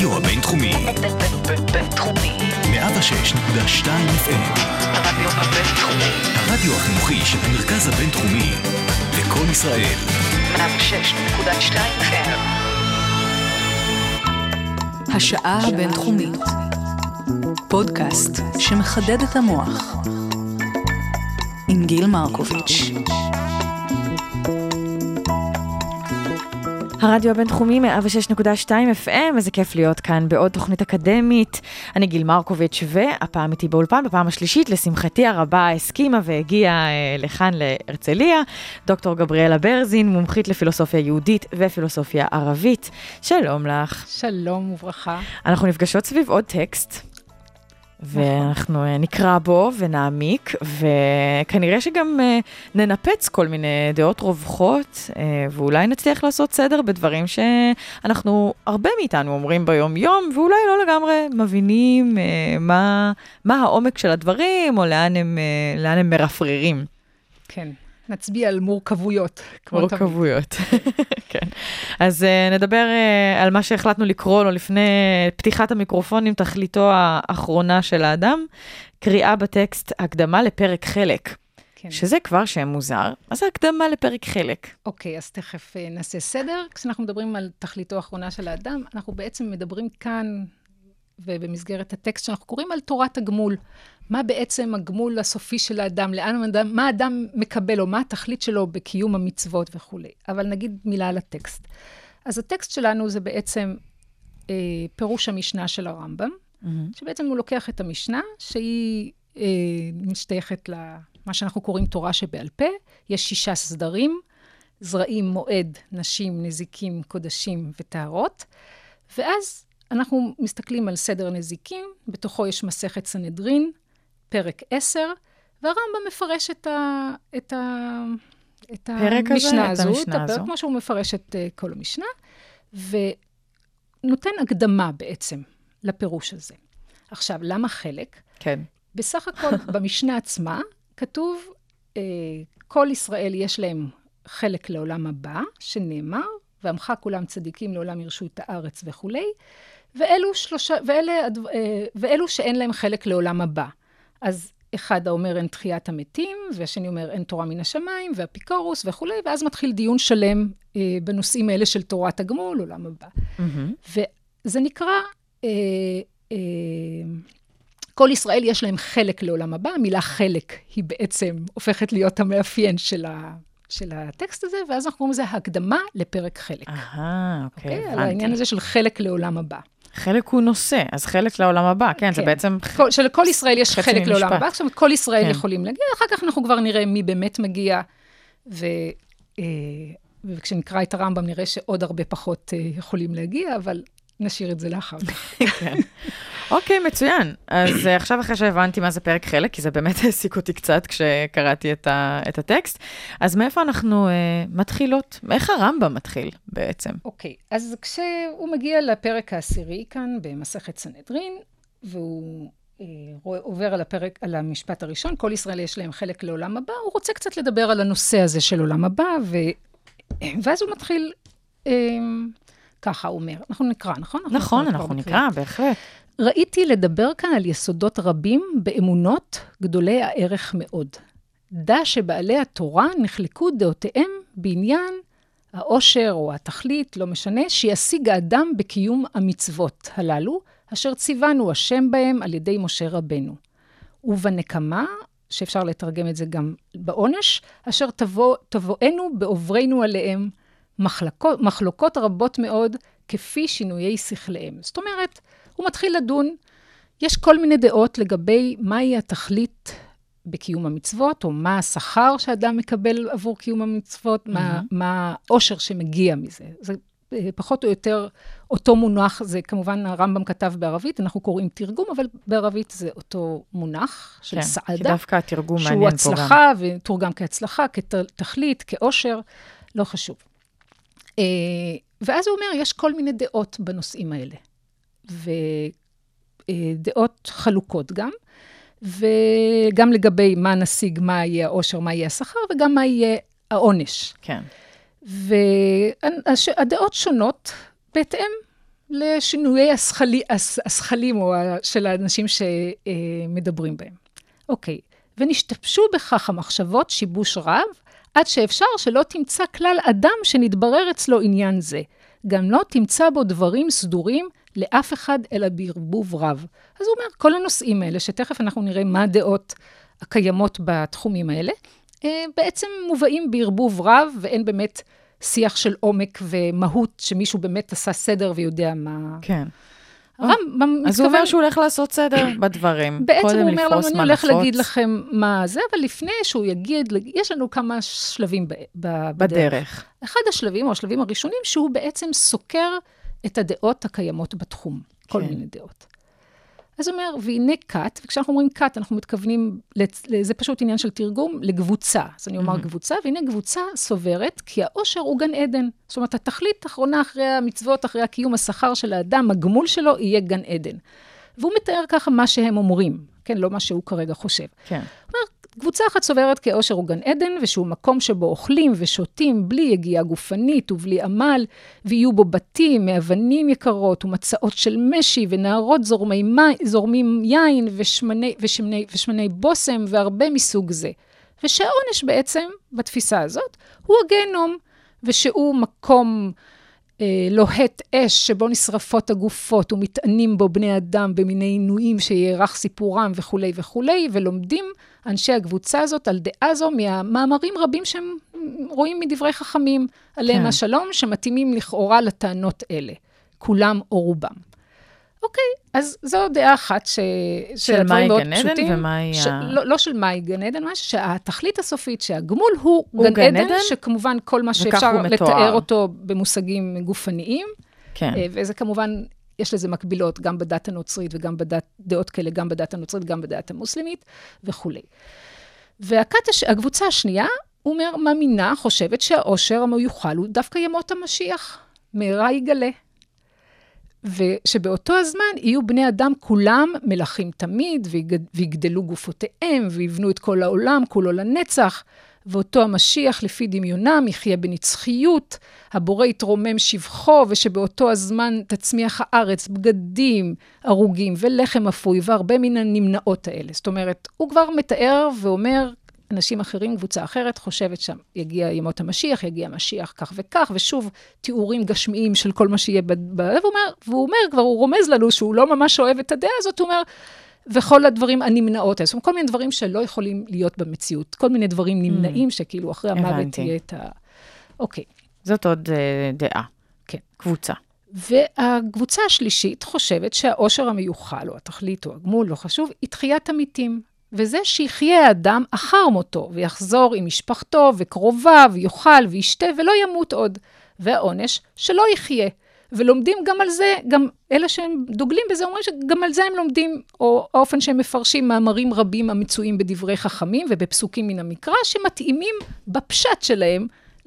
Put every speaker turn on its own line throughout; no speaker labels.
הרדיו הבינתחומי.
בינתחומי.
106.2 FM.
הרדיו הבינתחומי.
הרדיו החינוכי של המרכז הבינתחומי. לכל ישראל.
106.2 FM.
השעה הבינתחומית. פודקאסט שמחדד את המוח. עם גיל מרקוביץ'.
הרדיו הבינתחומי 106.2 FM, איזה כיף להיות כאן בעוד תוכנית אקדמית. אני גיל מרקוביץ' והפעם איתי באולפן, בפעם השלישית, לשמחתי הרבה, הסכימה והגיעה לכאן להרצליה, דוקטור גבריאלה ברזין, מומחית לפילוסופיה יהודית ופילוסופיה ערבית. שלום לך.
שלום וברכה.
אנחנו נפגשות סביב עוד טקסט, ואנחנו נקרא בו ונעמיק, וכנראה שגם ננפץ כל מיני דעות רווחות, ואולי נצליח לעשות סדר בדברים שאנחנו, הרבה מאיתנו אומרים ביום יום, ואולי לא לגמרי מבינים מה העומק של הדברים, או לאן הם מרפררים.
כן, נצביע על מורכבויות.
מורכבויות, כן. אז נדבר על מה שהחלטנו לקרוא לו לפני פתיחת המיקרופונים, תכליתו האחרונה של האדם, קריאה בטקסט הקדמה לפרק חלק, כן. שזה כבר שם מוזר, אז זה הקדמה לפרק חלק.
אוקיי, אז תכף נעשה סדר. כשאנחנו מדברים על תכליתו האחרונה של האדם, אנחנו בעצם מדברים כאן, ובמסגרת הטקסט שאנחנו קוראים על תורת הגמול. מה בעצם הגמול הסופי של האדם, מה האדם מקבל, או מה התכלית שלו בקיום המצוות וכו'. אבל נגיד מילה על הטקסט. אז הטקסט שלנו זה בעצם פירוש המשנה של הרמב"ם, שבעצם הוא לוקח את המשנה, שהיא משתייכת למה שאנחנו קוראים תורה שבעל פה. יש 6 סדרים, זרעים, מועד, נשים, נזיקים, קודשים וטהרות. ואז אנחנו מסתכלים על סדר נזיקים, בתוכו יש מסכת סנהדרין, פרק 10, והרמב"ם מפרש את המשנה הזו, כמו שהוא מפרש את כל המשנה, ונותן הקדמה בעצם לפירוש הזה. עכשיו, למה חלק?
כן.
בסך הכל, במשנה עצמה, כתוב, כל ישראל יש להם חלק לעולם הבא, שנאמר, ועמך כולם צדיקים לעולם ירשו את הארץ וכו', ואלו שאין להם חלק לעולם הבא. אז אחד אומר אין תחיית המתים, והשני אומר אין תורה מן השמיים, והאפיקורוס וכו', ואז מתחיל דיון שלם בנושאים האלה של תורת הגמול, עולם הבא. וזה נקרא, כל ישראל יש להם חלק לעולם הבא, המילה חלק היא בעצם הופכת להיות המאפיין של הטקסט הזה, ואז אנחנו קוראים לזה הקדמה לפרק חלק.
אוקיי,
על העניין הזה של חלק לעולם הבא.
חלק הוא נושא, אז חלק לעולם הבא, כן, זה בעצם...
שלכל ישראל יש חלק לעולם הבא, זאת אומרת, כל ישראל יכולים להגיע, אחר כך אנחנו כבר נראה מי באמת מגיע, וכשנקרא את הרמב"ם נראה שעוד הרבה פחות יכולים להגיע, אבל נשאיר את זה לאחר כך.
כן. אוקיי, מצוין. אז עכשיו אחרי שהבנתי מה זה פרק חלק, כי זה באמת העסיק אותי קצת כשקראתי את הטקסט, אז מאיפה אנחנו מתחילות? איך הרמב"ם מתחיל בעצם?
אוקיי, אז כשהוא מגיע לפרק העשירי כאן במסכת סנהדרין, והוא עובר על המשפט הראשון, כל ישראל יש להם חלק לעולם הבא, הוא רוצה קצת לדבר על הנושא הזה של עולם הבא, ואז הוא מתחיל... ככה הוא אומר. אנחנו נקרא, נכון?
נכון, אנחנו נקרא, בהחלט.
ראיתי לדבר כאן על יסודות רבים באמונות גדולי הערך מאוד. דע שבעלי התורה נחלקו דעותיהם בעניין העושר או התכלית, לא משנה, שישיג האדם בקיום המצוות הללו, אשר ציוונו השם בהם על ידי משה רבנו. ובנקמה, שאפשר לתרגם את זה גם בעונש, אשר תבואנו בעוברנו עליהם, מחלוקות רבות מאוד, כפי שינויי שכליהם. זאת אומרת, הוא מתחיל לדון, יש כל מיני דעות לגבי מהי התכלית בקיום המצוות, או מה השכר שאדם מקבל עבור קיום המצוות, מה העושר שמגיע מזה. זה פחות או יותר אותו מונח, זה כמובן הרמב"ם כתב בערבית, אנחנו קוראים תרגום, אבל בערבית זה אותו מונח של סעדה.
כן, כי דווקא התרגום מעניין פה גם.
שהוא הצלחה, ותורגם כהצלחה, כתכלית, כאושר, לא חשוב. ואז הוא אומר, יש כל מיני דעות בנושאים האלה, ודעות חלוקות גם, וגם לגבי מה נשיג, מה יהיה העושר, מה יהיה השכר, וגם מה יהיה העונש.
כן.
והדעות שונות בהתאם לשינויי השכלים או של האנשים שמדברים בהם. אוקיי, ונשתמשו בכך המחשבות שיבוש רב, עד שאפשר שלא תמצא כלל אדם שנתברר אצלו עניין זה. גם לא תמצא בו דברים סדורים לאף אחד אלא בערבוב רב. אז הוא אומר, כל הנושאים האלה, שתכף אנחנו נראה מה הדעות הקיימות בתחומים האלה, בעצם מובאים בערבוב רב, ואין באמת שיח של עומק ומהות, שמישהו באמת עשה סדר ויודע מה...
כן.
אז
הוא אומר שהוא הולך לעשות סדר בדברים.
בעצם הוא אומר לנו, אני הולך להגיד לכם מה זה, אבל לפני שהוא יגיד, יש לנו כמה שלבים בדרך. אחד השלבים, או השלבים הראשונים, שהוא בעצם סוקר את הדעות הקיימות בתחום. כל מיני דעות. אז הוא אומר, והנה קאט, וכשאנחנו אומרים קאט, אנחנו מתכוונים, זה פשוט עניין של תרגום, לגבוצה. אז אני אומר קבוצה, והנה קבוצה סוברת, כי העושר הוא גן עדן. זאת אומרת, התכלית האחרונה אחרי המצוות, אחרי הקיום השכר של האדם, הגמול שלו יהיה גן עדן. והוא מתאר ככה מה שהם אומרים, כן, לא מה שהוא כרגע חושב.
כן.
הוא אומר, קבוצה אחת סוברת כי העושר הוא גן עדן, ושהוא מקום שבו אוכלים ושותים בלי יגיעה גופנית ובלי עמל, ויהיו בו בתים מאבנים יקרות ומצאות של משי ונערות זורמים יין ושמני בוסם והרבה מסוג זה. ושהעונש בעצם, בתפיסה הזאת, הוא הגיהנום, ושהוא מקום לוהט אש שבו נשרפות הגופות ומטענים בו בני אדם במיני עינויים שיערך סיפורם וכו' וכו', ולומדים אנשי הקבוצה הזאת על דעה זו מהמאמרים רבים שהם רואים מדברי חכמים עליהם השלום, שמתאימים לכאורה לטענות אלה, כולם או רובם. אוקיי, אז זו דעה אחת
של מהי גן עדן ומהי...
לא של מהי גן עדן, שהתכלית הסופית שהגמול הוא גן עדן, שכמובן כל מה שאפשר לתאר אותו במושגים גופניים, וזה כמובן, יש לזה מקבילות גם בדת הנוצרית וגם דעות כאלה, גם בדת הנוצרית, גם בדת המוסלמית וכו'. והקבוצה השנייה, הוא אומר, מאמינה, חושבת שהעושר המיוחל הוא דווקא ימות המשיח, מהרה יגלה. ושבאותו הזמן יהיו בני אדם כולם מלכים תמיד, ויגדלו גופותיהם, ויבנו את כל העולם, כולו לנצח, ואותו המשיח לפי דמיונם יחיה בנצחיות, הבורא יתרומם שבחו, ושבאותו הזמן תצמיח הארץ, בגדים, הרוגים ולחם אפוי, והרבה מן הנמנעות האלה. זאת אומרת, הוא כבר מתאר ואומר, אנשים אחרים, קבוצה אחרת, חושבת שם, יגיע ימות המשיח, יגיע המשיח כך וכך, ושוב, תיאורים גשמיים של כל מה שיהיה והוא אומר, כבר הוא רומז לנו שהוא לא ממש אוהב את הדעה הזאת, הוא אומר, וכל הדברים הנמנעות, זאת אומרת, כל מיני דברים שלא יכולים להיות במציאות, כל מיני דברים נמנעים, שכאילו אחרי המוות תהיה את ה... אוקיי.
זאת עוד דעה.
כן.
קבוצה.
והקבוצה השלישית חושבת שהעושר המיוחל, או התכלית, או הגמול, לא חשוב, היא תחיית המתים. וזה שיחיה האדם אחר מותו, ויחזור עם משפחתו וקרוביו, ויאכל וישתה, ולא ימות עוד. והעונש שלא יחיה. ולומדים גם על זה, גם אלה שהם דוגלים בזה, אומרים שגם על זה הם לומדים, או האופן שהם מפרשים מאמרים רבים המצויים בדברי חכמים, ובפסוקים מן המקרא, שמתאימים בפשט שלהם,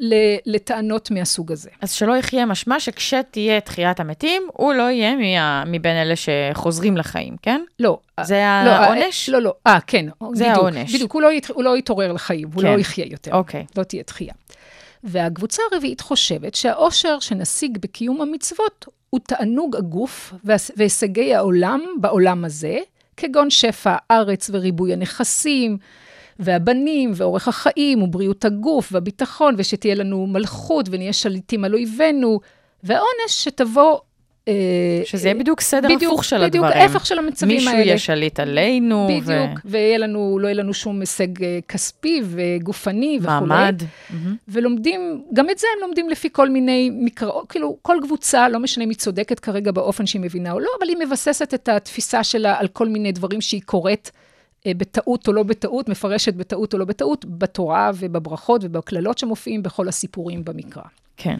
לטענות מהסוג הזה.
אז שלא יחיה משמע שכשתהיה תחיית המתים, הוא לא יהיה מבין אלה שחוזרים לחיים, כן?
לא.
זה העונש?
לא. כן.
זה העונש.
בדיוק, הוא לא יתעורר לחיים, הוא לא יחיה יותר.
אוקיי.
לא תהיה תחייה. והקבוצה הרביעית חושבת שהעושר שנשיג בקיום המצוות, הוא תענוג הגוף והישגי העולם בעולם הזה, כגון שפע הארץ וריבוי הנכסים, והבנים, ואורך החיים, ובריאות הגוף, והביטחון, ושתהיה לנו מלכות, ונהיה שליטים על אויבינו, והעונש שתבוא...
שזה יהיה בדיוק סדר הפוך של הדברים.
בדיוק, ההפך של המצבים האלה.
מישהו יהיה שליט עלינו.
בדיוק, ולא יהיה לנו שום הישג כספי וגופני וכו'.
מעמד.
ולומדים, גם את זה הם לומדים לפי כל מיני מקראות, כאילו כל קבוצה, לא משנה מי צודקת כרגע באופן שהיא מבינה או לא, אבל היא מבססת את התפיסה שלה על כל מיני דברים שהיא קוראת, בטעות או לא בטעות, מפרשת בטעות או לא בטעות, בתורה ובברכות ובכללות שמופיעים בכל הסיפורים במקרא.
כן.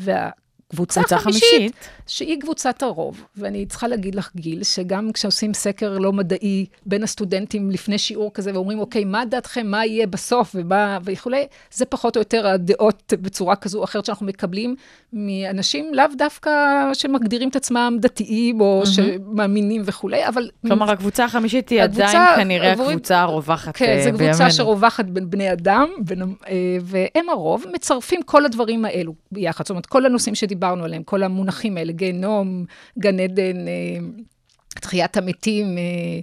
קבוצה חמישית, שהיא קבוצת הרוב, ואני צריכה להגיד לך, גיל, שגם כשעושים סקר לא מדעי בין הסטודנטים לפני שיעור כזה, ואומרים, אוקיי, מה דעתכם, מה יהיה בסוף, וכולי, זה פחות או יותר הדעות בצורה כזו או אחרת שאנחנו מקבלים מאנשים, לאו דווקא שמגדירים את עצמם דתיים, או שמאמינים וכולי, אבל...
כלומר, הקבוצה החמישית היא עדיין כנראה הקבוצה הרווחת
בימינו. כן, זו קבוצה שרווחת בין בני אדם, והם הרוב, מצרפים כל הדברים האלו ביחד, זאת אומרת, כל הנושאים שדיברנו עליהם, כל המונחים האלה, גיהנום, גן עדן, תחיית המתים,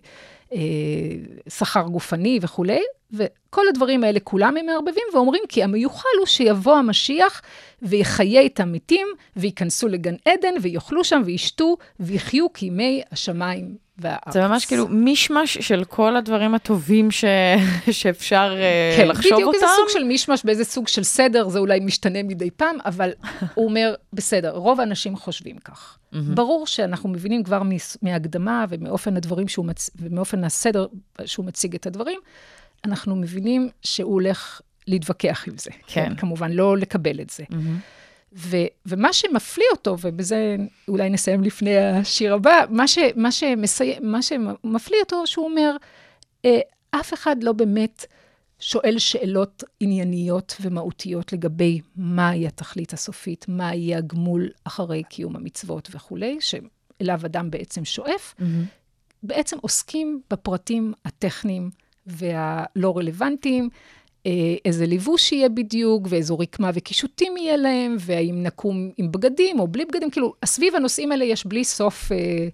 שכר גופני וכו', וכל הדברים האלה כולם הם מערבבים ואומרים, כי המיוחל הוא שיבוא המשיח ויחיה את המתים, וייכנסו לגן עדן, ויאכלו שם וישתו, ויחיו כימי השמיים והארץ.
זה ממש כאילו מישמש של כל הדברים הטובים שאפשר
כן,
לחשוב אותם.
בדיוק איזה סוג של מישמש, באיזה סוג של סדר, זה אולי משתנה מדי פעם, אבל הוא אומר, בסדר, רוב האנשים חושבים כך. ברור שאנחנו מבינים כבר מהקדמה ומאופן הדברים ומאופן הסדר שהוא מציג את הדברים, אנחנו מבינים שהוא הולך להתווכח עם זה. כן. כמובן, לא לקבל את זה. ומה שמפליא אותו, ובזה אולי נסיים לפני השיר הבא, מה שמפליא אותו, שהוא אומר, אף אחד לא באמת שואל שאלות ענייניות ומהותיות לגבי מהי התכלית הסופית, מה יהיה הגמול אחרי קיום המצוות וכו', שאליו אדם בעצם שואף, בעצם עוסקים בפרטים הטכניים והלא רלוונטיים, איזה ליבוש יהיה בדיוק, ואיזו רקמה וקישוטים יהיה להם, והאם נקום עם בגדים או בלי בגדים, כאילו, סביב הנושאים האלה יש בלי סוף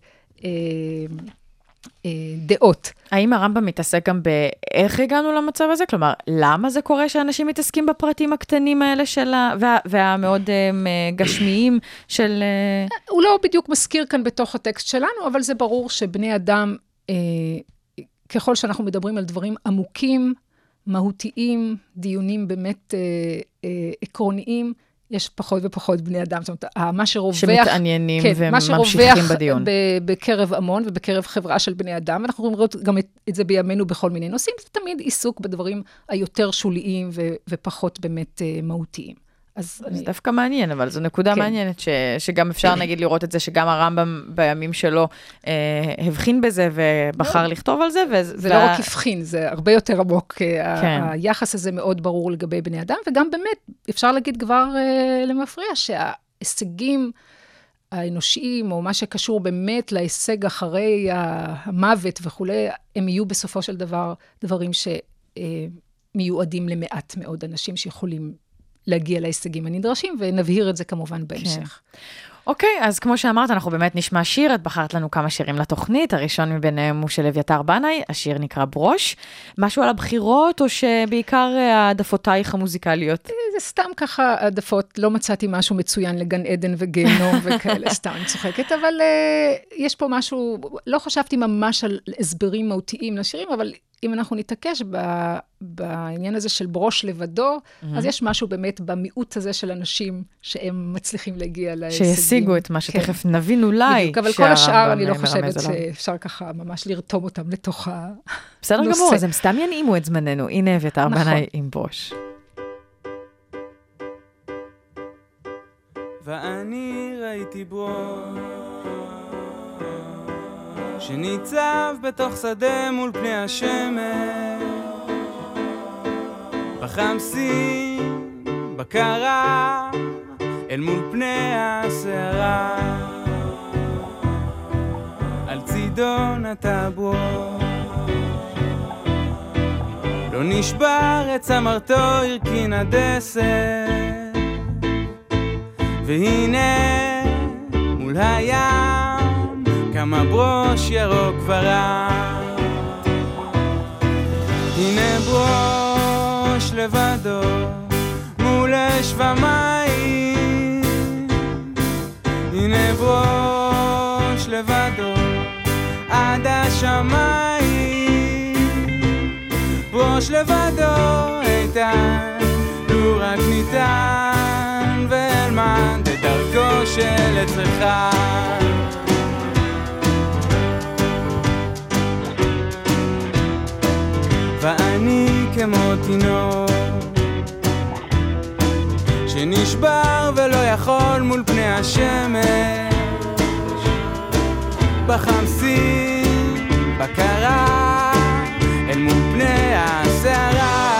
דעות.
האם הרמב"ם מתעסק גם באיך הגענו למצב הזה? כלומר, למה זה קורה שאנשים מתעסקים בפרטים הקטנים האלה והמאוד גשמיים של...
הוא לא בדיוק מזכיר כאן בתוך הטקסט שלנו, אבל זה ברור שבני אדם, ככל שאנחנו מדברים על דברים עמוקים, מהותיים, דיונים באמת עקרוניים, יש פחות ופחות בני אדם. זאת אומרת, מה שרווח...
שמתעניינים
כן,
וממשיכים בדיון.
בקרב המון ובקרב חברה של בני אדם, ואנחנו רואים גם את זה בימינו בכל מיני נושאים, זה תמיד עיסוק בדברים היותר שוליים ופחות באמת מהותיים.
זה דווקא מעניין, אבל זו נקודה מעניינת, שגם אפשר נגיד לראות את זה, שגם הרמב"ם בימים שלו הבחין בזה, ובחר לכתוב על זה.
זה לא רק הבחין, זה הרבה יותר עמוק. היחס הזה מאוד ברור לגבי בני אדם, וגם באמת, אפשר להגיד כבר למפריע, שההישגים האנושיים, או מה שקשור באמת להישג אחרי המוות וכו', הם יהיו בסופו של דבר דברים שמיועדים למעט מאוד אנשים שיכולים להגיע להישגים הנדרשים, ונבהיר את זה כמובן בהמשך.
אוקיי, אז כמו שאמרת, אנחנו באמת נשמע שיר, את בחרת לנו כמה שירים לתוכנית, הראשון מביניהם הוא של אביתר בנאי, השיר נקרא ברוש. משהו על הבחירות, או שבעיקר העדפותייך המוזיקליות?
זה סתם ככה העדפות, לא מצאתי משהו מצוין לגן עדן וגיהנום וכאלה, סתם אני צוחקת, אבל יש פה משהו, לא חשבתי ממש על הסברים מהותיים לשירים, אבל אם אנחנו נתעקש בעניין הזה של ברוש לבדו, אז יש משהו באמת במיעוט הזה של אנשים שהם מצליחים להגיע להישגים.
שישיגו את מה שתכף נבין אולי.
בדיוק, אבל כל השאר אני לא חושבת שאפשר ככה ממש לרתום אותם לתוך הנושא.
בסדר גמור, אז הם סתם ינעימו את זמננו. הנה אביתר בנאי עם ברוש.
ואני ראיתי ברוש שניצב בתוך שדה מול פני השמש, בחמסים, בקרה, אל מול פני הסערה, על צידו נטע ברוש, לא נשבר את צמרתו, הרכין הדסת, והנה מול הים כמה ברוש ירוק ורק, הנה ברוש לבדו מול אש ומים, הנה ברוש לבדו עד השמיים, ברוש לבדו איתן, לו רק ניתן ואלמד את דרכו של אצלך. ואני כמו תינוק שנשבר ולא יכול מול פני השמש, בחמסים, בקרה, אל מול פני הסערה,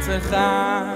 אחד.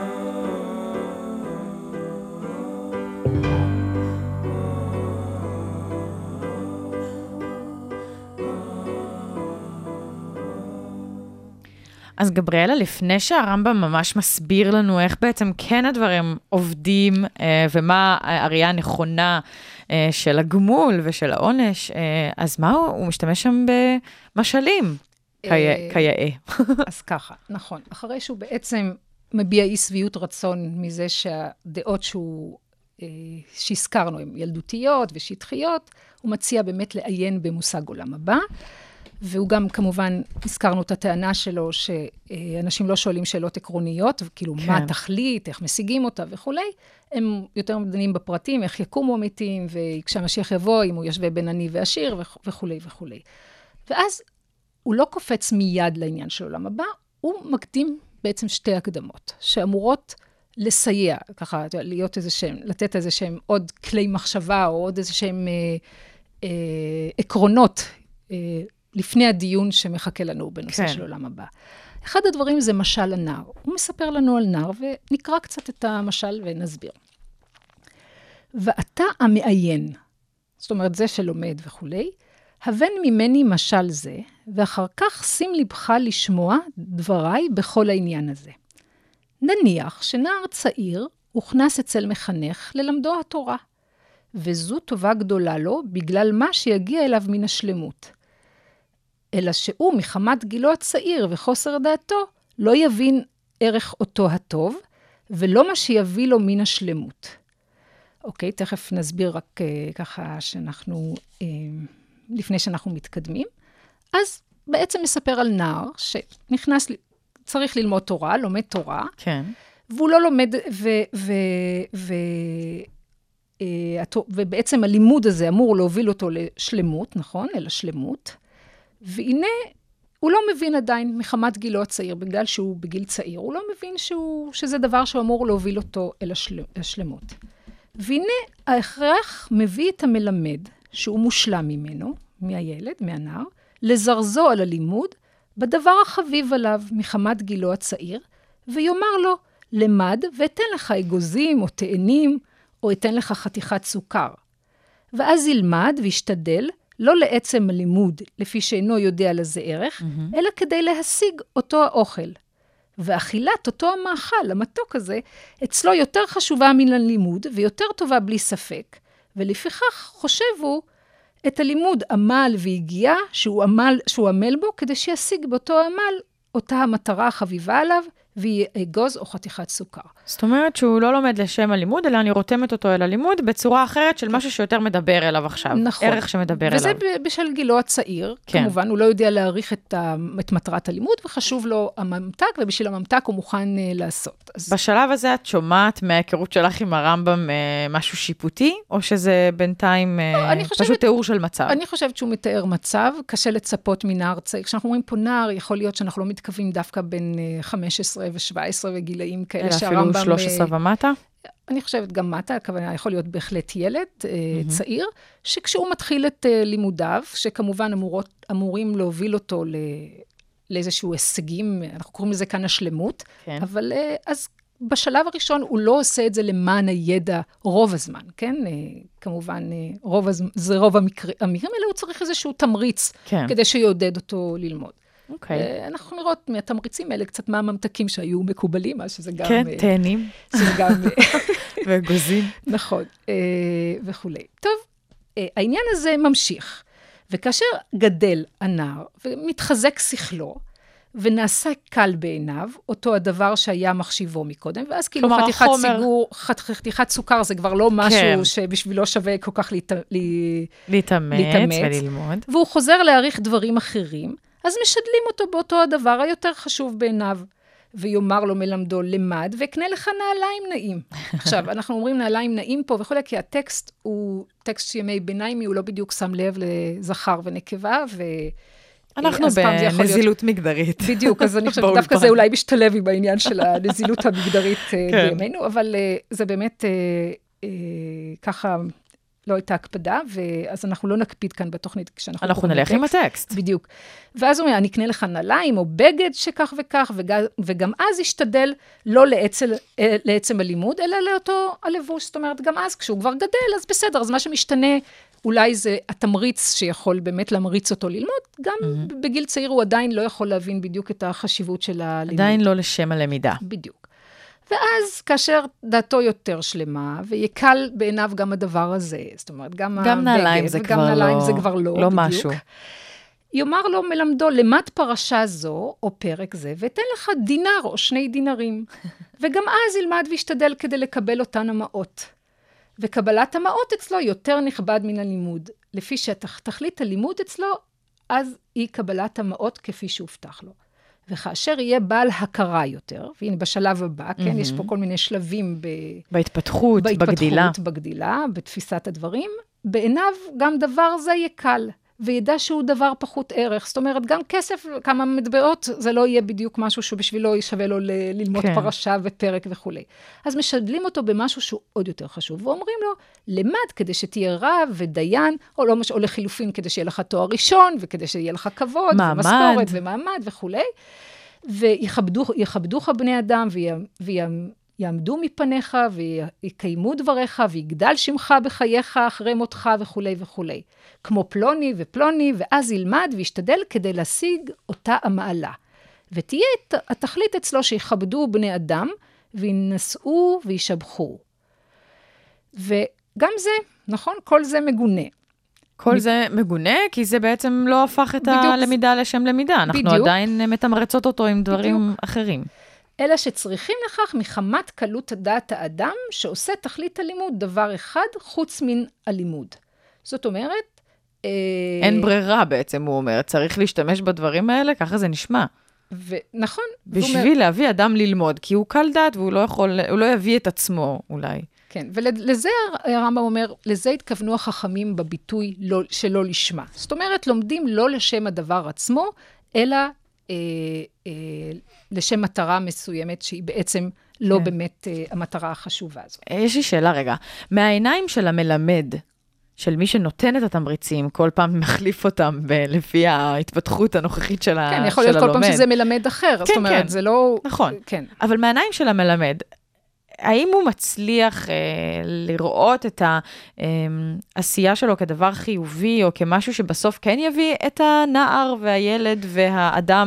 אז גבריאלה, לפני שהרמב"ם ממש מסביר לנו איך בעצם כן הדברים עובדים, ומה הראייה הנכונה של הגמול ושל העונש, אז מה הוא משתמש שם במשלים, כיאה.
אז ככה, נכון. אחרי שהוא בעצם מביע אי שביעות רצון מזה שהדעות שהזכרנו הן ילדותיות ושטחיות, הוא מציע באמת לעיין במושג עולם הבא, והוא גם כמובן, הזכרנו את הטענה שלו, שאנשים לא שואלים שאלות עקרוניות, כאילו מה התכלית, איך משיגים אותה וכולי, הם יותר מדברים בפרטים, איך יקומו המתים, וכשהמשיח יבוא, אם הוא ישווה בין עני ועשיר וכולי וכולי. ואז הוא לא קופץ מיד לעניין של עולם הבא, הוא מקדים בעצם שתי הקדמות, שאמורות לסייע, ככה, להיות איזה שהם, לתת איזה שהם עוד כלי מחשבה, או עוד איזה שהם עקרונות, לפני הדיון שמחכה לנו בנושא של עולם הבא. אחד הדברים זה משל הנער. הוא מספר לנו על נער, ונקרא קצת את המשל ונסביר. ואתה המעיין, זאת אומרת, זה שלומד וכולי, הבן ממני משל זה, ואחר כך שים לבך לשמוע דבריי בכל העניין הזה. נניח שנער צעיר הוכנס אצל מחנך ללמדו התורה, וזו טובה גדולה לו בגלל מה שיגיע אליו מן השלמות. אלא שהוא מחמת גילו הצעיר וחוסר דעתו, לא יבין ערך אותו הטוב, ולא מה שיביא לו מן השלמות. אוקיי, תכף נסביר רק ככה שאנחנו, לפני שאנחנו מתקדמים. אז בעצם מספר על נער שנכנס, צריך ללמוד תורה, לומד תורה,
כן.
והוא לא לומד, ובעצם הלימוד הזה אמור להוביל אותו לשלמות, נכון? אל השלמות. והנה, הוא לא מבין עדיין מחמת גילו הצעיר, בגלל שהוא בגיל צעיר, הוא לא מבין שזה דבר שהוא אמור להוביל אותו אל השלמות. והנה, ההכרח מביא את המלמד, שהוא מושלם ממנו, מהילד, מהנער, לזרזו על הלימוד, בדבר החביב עליו מחמת גילו הצעיר, ויאמר לו, למד ואתן לך אגוזים או תאנים, או אתן לך חתיכת סוכר. ואז ילמד וישתדל, לא לעצם הלימוד, לפי שאינו יודע לזה ערך, אלא כדי להשיג אותו האוכל. ואכילת אותו המאכל, המתוק הזה, אצלו יותר חשובה מן הלימוד, ויותר טובה בלי ספק, ולפיכך חושבו את הלימוד עמל והגיעה, שהוא עמל בו, כדי שישיג באותו עמל אותה המטרה החביבה עליו, והיא אגוז או חתיכת סוכר.
זאת אומרת שהוא לא לומד לשם הלימוד, אלא אני רותמת אותו אל הלימוד, בצורה אחרת של משהו שיותר מדבר אליו עכשיו.
נכון.
ערך שמדבר
וזה
אליו.
וזה בשל גילו הצעיר, כן. כמובן, הוא לא יודע להעריך את מטרת הלימוד, וחשוב לו הממתק, ובשביל הממתק הוא מוכן לעשות. אז...
בשלב הזה את שומעת מההיכרות שלך עם הרמב"ם משהו שיפוטי, או שזה בינתיים פשוט תיאור של מצב?
אני חושבת שהוא מתאר מצב, קשה לצפות מנער צעיר. כשאנחנו אומרים פה נער, יכול להיות שאנחנו לא מתכוונים דווקא בין 15 ו-17 וגילאים כאלה שהרמב"ם...
אלא אפילו 13 ומטה?
אני חושבת גם מטה, הכוונה יכול להיות בהחלט ילד צעיר, שכשהוא מתחיל את לימודיו, שכמובן אמורים להוביל אותו לאיזשהו הישגים, אנחנו קוראים לזה כאן השלמות, אבל אז בשלב הראשון הוא לא עושה את זה למען הידע רוב הזמן, כן? כמובן, זה רוב המקרים, אלא הוא צריך איזשהו תמריץ כדי שיעודד אותו ללמוד. אנחנו נראות מהתמריצים האלה קצת מה הממתקים שהיו מקובלים, שזה גם...
כן, תאנים.
שזה גם...
וגוזים.
נכון, וכולי. טוב, העניין הזה ממשיך, וכאשר גדל הנער ומתחזק שכלו, ונעשה קל בעיניו, אותו הדבר שהיה מחשיבו מקודם, ואז כאילו חתיכת סוכר זה כבר לא משהו שבשבילו שווה כל כך
להתאמץ וללמוד.
והוא חוזר להעריך דברים אחרים, אז משדלים אותו באותו הדבר היותר חשוב בעיניו, ויאמר לו מלמדו למד, וקנה לך נעליים נעים. עכשיו, אנחנו אומרים נעליים נעים פה וכו', כי הטקסט הוא טקסט ימי ביניימי, הוא לא בדיוק שם לב לזכר ונקבה,
אנחנו בנזילות מגדרית.
בדיוק, אז אני חושבת, דווקא זה אולי משתלב עם העניין של הנזילות המגדרית בימינו, אבל זה באמת ככה לא הייתה הקפדה, אז אנחנו לא נקפיד כאן בתוכנית כשאנחנו
אנחנו נלך עם הטקסט.
בדיוק. ואז הוא אומר, אני אקנה לך נעליים או בגד שכך וכך, וגם אז ישתדל לא לעצם הלימוד, אלא לאותו הלבוש. זאת אומרת, גם אז כשהוא כבר גדל, אז בסדר, אז מה שמשתנה, אולי זה התמריץ שיכול באמת להמריץ אותו ללמוד, גם בגיל צעיר הוא עדיין לא יכול להבין בדיוק את החשיבות של הלימוד.
עדיין לא לשם הלמידה.
בדיוק. ואז כאשר דעתו יותר שלמה, ויקל בעיניו גם הדבר הזה, זאת אומרת, גם
נעליים זה כבר לא משהו.
יאמר לו מלמדו, למד פרשה זו, או פרק זה, ותן לך דינר או 2 דינרים. וגם אז ילמד וישתדל כדי לקבל אותן המעות. וקבלת המעות אצלו יותר נכבד מן הלימוד. לפי שתכלית הלימוד אצלו, אז היא קבלת המעות כפי שהובטח לו. וכאשר יהיה בעל הכרה יותר, והנה בשלב הבא, כן, יש פה כל מיני שלבים
בהתפתחות,
בגדילה, בתפיסת הדברים, בעיניו גם דבר זה יקל, וידע שהוא דבר פחות ערך. זאת אומרת, גם כסף, כמה מטבעות, זה לא יהיה בדיוק משהו שבשבילו ישווה לו ללמוד פרשה ופרק וכו'. אז משדלים אותו במשהו שהוא עוד יותר חשוב, ואומרים לו, למד כדי שתהיה רב ודיין, או לחילופין כדי שיהיה לך תואר ראשון, וכדי שיהיה לך כבוד, ומשכורת ומעמד וכו'. ויכבדוך בני אדם, יעמדו מפניך, ויקיימו דבריך, ויגדל שמך בחייך אחרי מותך וכו' וכו'. כמו פלוני ופלוני, ואז ילמד וישתדל כדי להשיג אותה המעלה. ותהיה התכלית אצלו שיכבדו בני אדם, וינשאו וישבחו. וגם זה, נכון? כל זה מגונה.
כל זה מגונה, כי זה בעצם לא הפך את הלמידה לשם למידה. אנחנו עדיין מתמרצות אותו עם דברים אחרים.
אלא שצריכים לכך מחמת קלות דעת האדם, שעושה תכלית הלימוד דבר אחד חוץ מן הלימוד. זאת אומרת...
אין ברירה בעצם, הוא אומר. צריך להשתמש בדברים האלה, ככה זה נשמע.
נכון.
בשביל להביא אדם ללמוד, כי הוא קל דעת, והוא לא יביא את עצמו אולי.
כן, ולזה הרמב"ם אומר, לזה התכוונו החכמים בביטוי שלא לשמה. זאת אומרת, לומדים לא לשם הדבר עצמו, אלא לשם מטרה מסוימת, שהיא בעצם לא באמת המטרה החשובה הזאת.
יש לי שאלה רגע. מהעיניים של המלמד, של מי שנותן את התמריצים, כל פעם מחליף אותם לפי ההתפתחות הנוכחית של הלומד.
כן, יכול להיות כל פעם שזה מלמד אחר. זאת אומרת, זה לא...
נכון. אבל מהעיניים של המלמד, האם הוא מצליח לראות את העשייה שלו כדבר חיובי, או כמשהו שבסוף כן יביא את הנער והילד והאדם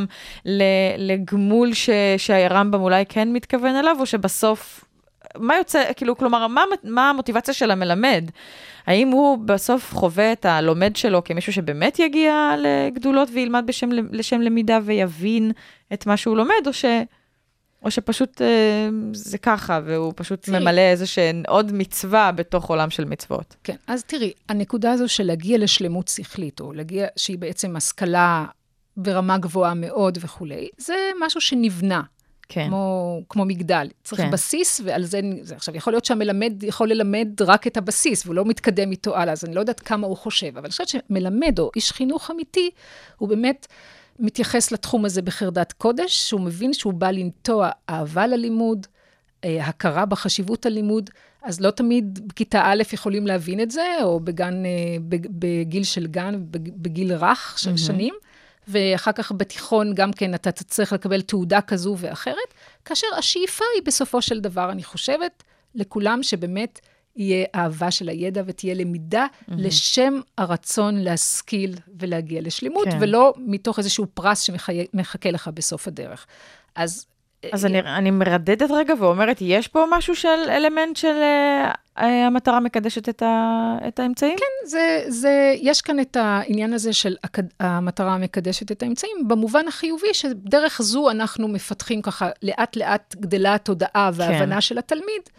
לגמול שהרמב"ם אולי כן מתכוון אליו, או שבסוף, מה יוצא, כאילו, כלומר, מה המוטיבציה של המלמד? האם הוא בסוף חווה את הלומד שלו כמישהו שבאמת יגיע לגדולות וילמד לשם למידה ויבין את מה שהוא לומד, או שפשוט זה ככה, והוא פשוט ממלא איזושהי עוד מצווה בתוך עולם של מצוות.
כן, אז תראי, הנקודה הזו של להגיע לשלמות שכלית, או להגיע שהיא בעצם השכלה ברמה גבוהה מאוד וכו', זה משהו שנבנה,
כן.
כמו מגדל. צריך בסיס, ועל זה, עכשיו, יכול להיות שהמלמד יכול ללמד רק את הבסיס, והוא לא מתקדם איתו הלאה, אז אני לא יודעת כמה הוא חושב, אבל אני חושבת שמלמד, או איש חינוך אמיתי, הוא באמת מתייחס לתחום הזה בחרדת קודש, שהוא מבין שהוא בא לנטוע אהבה ללימוד, הכרה בחשיבות הלימוד, אז לא תמיד בכיתה א' יכולים להבין את זה, או בגיל של גן, בגיל רך של שנים, ואחר כך בתיכון גם כן אתה צריך לקבל תעודה כזו ואחרת, כאשר השאיפה היא בסופו של דבר, אני חושבת, לכולם שבאמת יהיה אהבה של הידע ותהיה למידה לשם הרצון להשכיל ולהגיע לשלימות, ולא מתוך איזשהו פרס שמחכה לך בסוף הדרך.
אז אני מרדדת רגע ואומרת, יש פה משהו של אלמנט של המטרה מקדשת את האמצעים?
כן, יש כאן את העניין הזה של המטרה מקדשת את האמצעים, במובן החיובי שדרך זו אנחנו מפתחים ככה, לאט לאט גדלה התודעה וההבנה של התלמיד,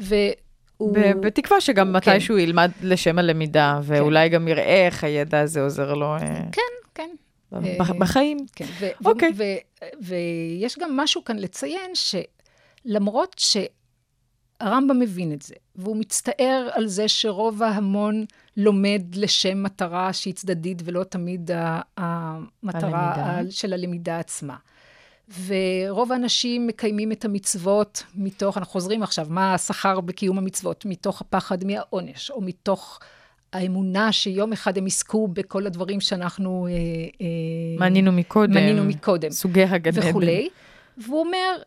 בתקווה שגם מתישהו ילמד לשם הלמידה, ואולי גם יראה איך הידע הזה עוזר לו.
כן, כן.
בחיים.
כן, ויש גם משהו כאן לציין, שלמרות שהרמב"ם מבין את זה, והוא מצטער על זה שרוב ההמון לומד לשם מטרה שהיא צדדית, ולא תמיד המטרה של הלמידה עצמה. ורוב האנשים מקיימים את המצוות מתוך, אנחנו חוזרים עכשיו, מה השכר בקיום המצוות? מתוך הפחד מהעונש, או מתוך האמונה שיום אחד הם יזכו בכל הדברים שאנחנו
מנינו מקודם. סוגי הגן עדן.
וכולי. והוא אומר,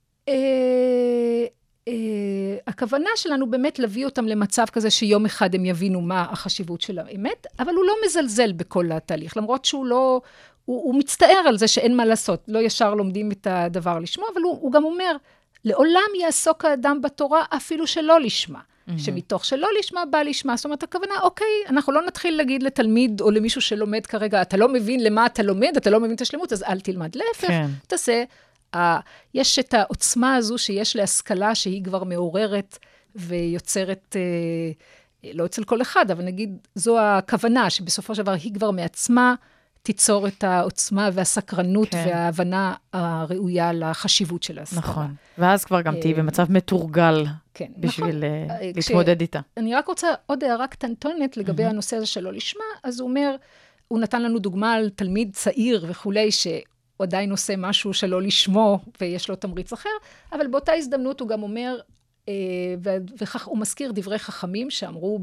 הכוונה שלנו באמת להביא אותם למצב כזה שיום אחד הם יבינו מה החשיבות של האמת, אבל הוא לא מזלזל בכל התהליך, למרות שהוא לא, הוא מצטער על זה שאין מה לעשות, לא ישר לומדים את הדבר לשמו, אבל הוא גם אומר, לעולם יעסוק האדם בתורה אפילו שלא לשמה, שמתוך שלא לשמה בא לשמה, זאת אומרת, הכוונה, אוקיי, אנחנו לא נתחיל להגיד לתלמיד או למישהו שלומד כרגע, אתה לא מבין למה אתה לומד, אתה לא מבין את השלמות, אז אל תלמד. להפך, תעשה, יש את העוצמה הזו שיש להשכלה שהיא כבר מעוררת ויוצרת, לא אצל כל אחד, אבל נגיד, זו הכוונה שבסופו של דבר היא כבר מעצמה, תיצור את העוצמה והסקרנות וההבנה הראויה לחשיבות של ההשכלה.
נכון, ואז כבר גם תהי במצב מתורגל בשביל להתמודד איתה.
אני רק רוצה עוד הערה קטנטונת לגבי הנושא הזה שלא לשמה, אז הוא אומר, הוא נתן לנו דוגמה על תלמיד צעיר וכולי, שהוא עדיין עושה משהו שלא לשמו, ויש לו תמריץ אחר, אבל באותה הזדמנות הוא גם אומר, הוא מזכיר דברי חכמים שאמרו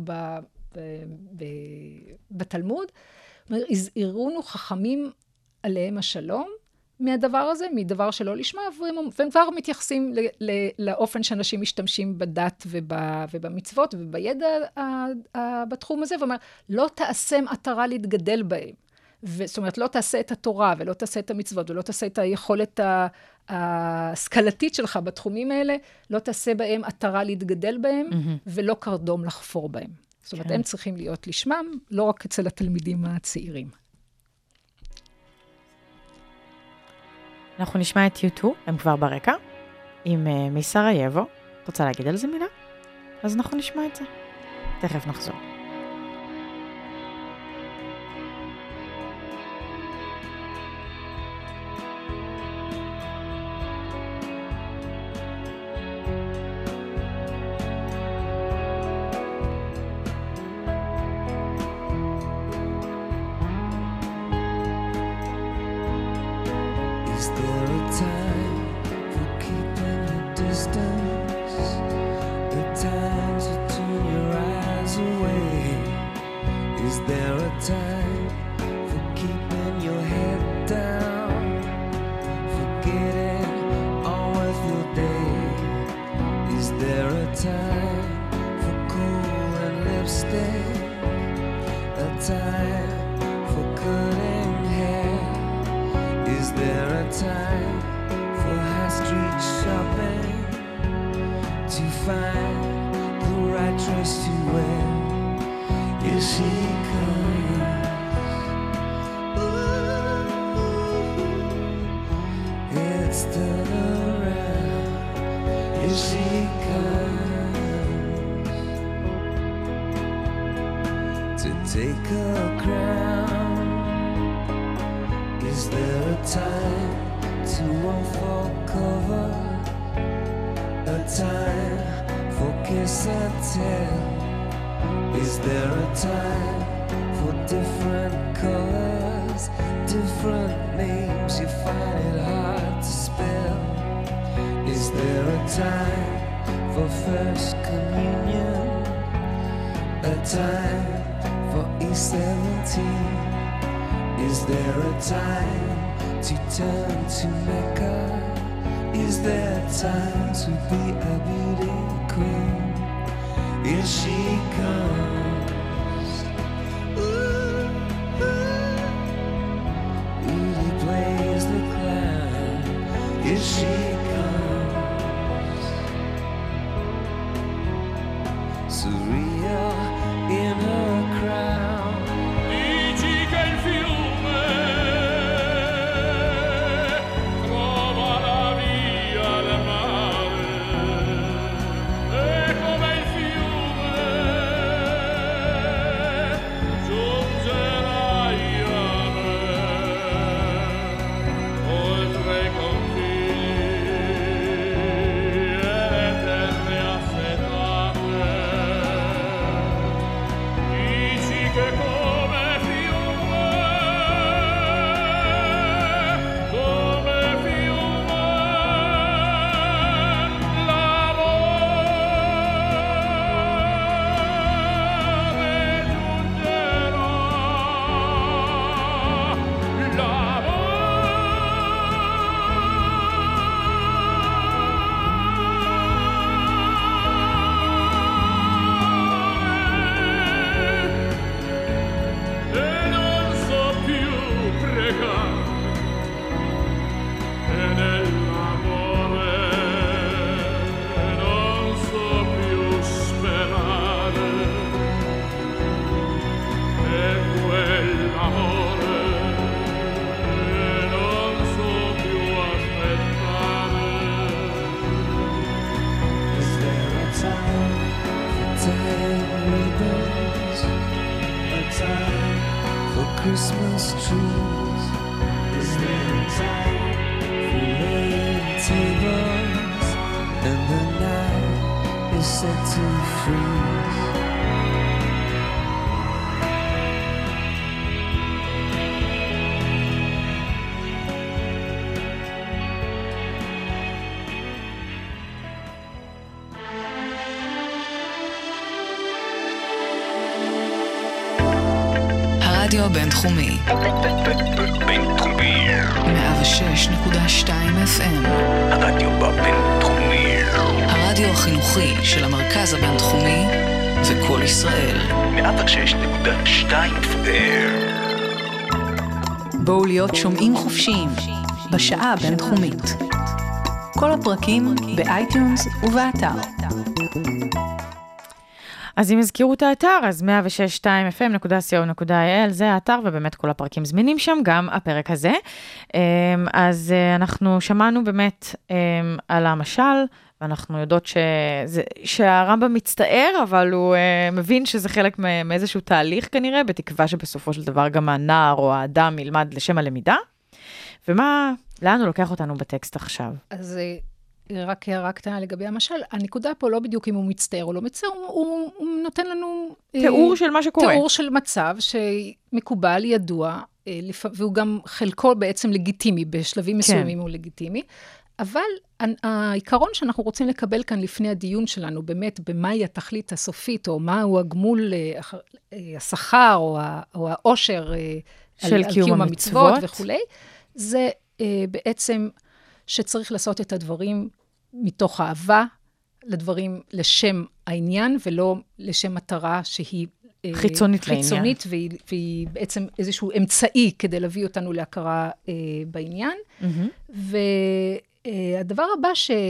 בתלמוד, הזהירונו חכמים עליהם השלום מהדבר הזה, מדבר שלא לשמה, והם כבר מתייחסים לאופן שאנשים משתמשים בדת ובמצוות ובידע בתחום הזה, ואומר, לא תעשה מטרה להתגדל בהם. זאת אומרת, לא תעשה את התורה, ולא תעשה את המצוות, ולא תעשה את היכולת ההשכלתית שלך בתחומים האלה, לא תעשה בהם מטרה להתגדל בהם, ולא קרדום לחפור בהם. זאת אומרת, הם צריכים להיות לשמם, לא רק אצל התלמידים הצעירים.
אנחנו נשמע את U2, הם כבר ברקע, עם מסרייבו. את רוצה להגיד על זה מילה? אז אנחנו נשמע את זה. תכף נחזור.
across trees. Is there time for red tables? And the night is set to freeze.
הרדיו הבינתחומי.
בינתחומי.
106.2 FM.
הרדיו בבינתחומי.
הרדיו החינוכי של המרכז הבינתחומי זה כל ישראל.
106.2 FM.
בואו להיות שומעים חופשיים בשעה הבינתחומית. כל הפרקים באייטיונס ובאתר.
אז אם הזכירו את האתר, אז 106.2fm.co.il, זה האתר, ובאמת כל הפרקים זמינים שם, גם הפרק הזה. אז אנחנו שמענו באמת על המשל, ואנחנו יודעות שהרמב"ם מצטער, אבל הוא מבין שזה חלק מאיזשהו תהליך כנראה, בתקווה שבסופו של דבר גם הנער או האדם ילמד לשם הלמידה. לאן הוא לוקח אותנו בטקסט עכשיו?
אז רק הערה קטנה לגבי המשל, הנקודה פה לא בדיוק אם הוא מצטער או לא מצטער, הוא נותן לנו
תיאור של מה שקורה.
תיאור של מצב שמקובל, ידוע, והוא גם חלקו בעצם לגיטימי, בשלבים מסוימים הוא לגיטימי, אבל העיקרון שאנחנו רוצים לקבל כאן לפני הדיון שלנו, באמת במהי התכלית הסופית, או מהו הגמול, השכר, או העושר
של קיום המצוות
וכו', זה בעצם שצריך לעשות את הדברים מתוך אהבה, לדברים לשם העניין, ולא לשם מטרה שהיא
חיצונית לעניין.
והיא בעצם איזשהו אמצעי כדי להביא אותנו להכרה בעניין. והדבר הבא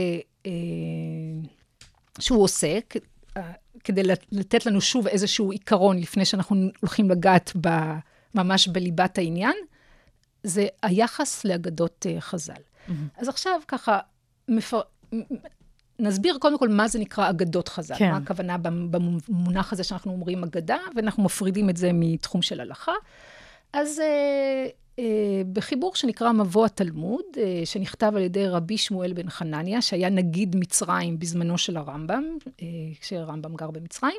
שהוא עושה, כדי לתת לנו שוב איזשהו עיקרון, לפני שאנחנו הולכים לגעת ממש בליבת העניין, זה היחס לאגדות חז"ל. אז עכשיו ככה, נסביר קודם כל מה זה נקרא אגדות חז"ל. מה הכוונה במונח הזה שאנחנו אומרים אגדה, ואנחנו מפרידים את זה מתחום של הלכה. אז בחיבור שנקרא מבוא התלמוד, שנכתב על ידי רבי שמואל בן חנניה, שהיה נגיד מצרים בזמנו של הרמב"ם, כשהרמב"ם גר במצרים,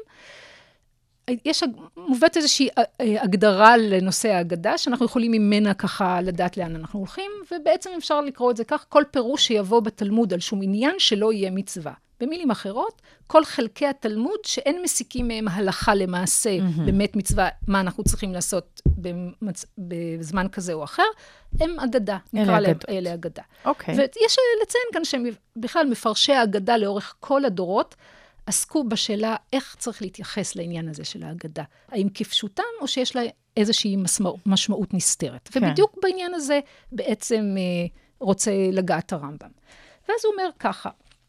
מובאת איזושהי הגדרה לנושא האגדה, שאנחנו יכולים ממנה ככה לדעת לאן אנחנו הולכים, ובעצם אפשר לקרוא את זה כך, כל פירוש שיבוא בתלמוד על שום עניין שלא יהיה מצווה. במילים אחרות, כל חלקי התלמוד שאין מסיקים מהם הלכה למעשה, באמת מצווה, מה אנחנו צריכים לעשות בזמן כזה או אחר, הם אגדה, נקרא להם אלה אגדה. ויש לציין כאן שהם בכלל מפרשי האגדה לאורך כל הדורות, עסקו בשאלה איך צריך להתייחס לעניין הזה של האגדה. האם כפשוטם או שיש לה איזושהי משמעות נסתרת. כן. ובדיוק בעניין הזה בעצם רוצה לגעת הרמב"ם. ואז הוא אומר ככה,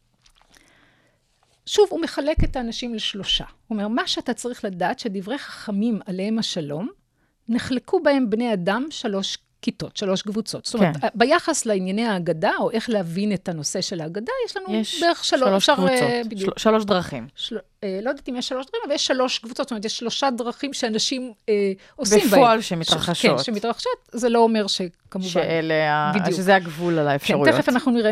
שוב הוא מחלק את האנשים לשלושה. הוא אומר, מה שאתה צריך לדעת שדברי חכמים עליהם השלום, נחלקו בהם בני אדם 3 כיתות, 3 קבוצות. זאת אומרת, ביחס לענייני האגדה, או איך להבין את הנושא של האגדה, יש לנו בערך 3
קבוצות, 3 דרכים.
לא יודעת אם יש 3 דרכים, אבל יש 3 קבוצות, זאת אומרת, יש 3 דרכים שאנשים עושים בהם.
בפועל שמתרחשות.
כן, שמתרחשות, זה לא אומר שכמובן.
שזה הגבול על האפשרויות.
כן, תכף אנחנו נראה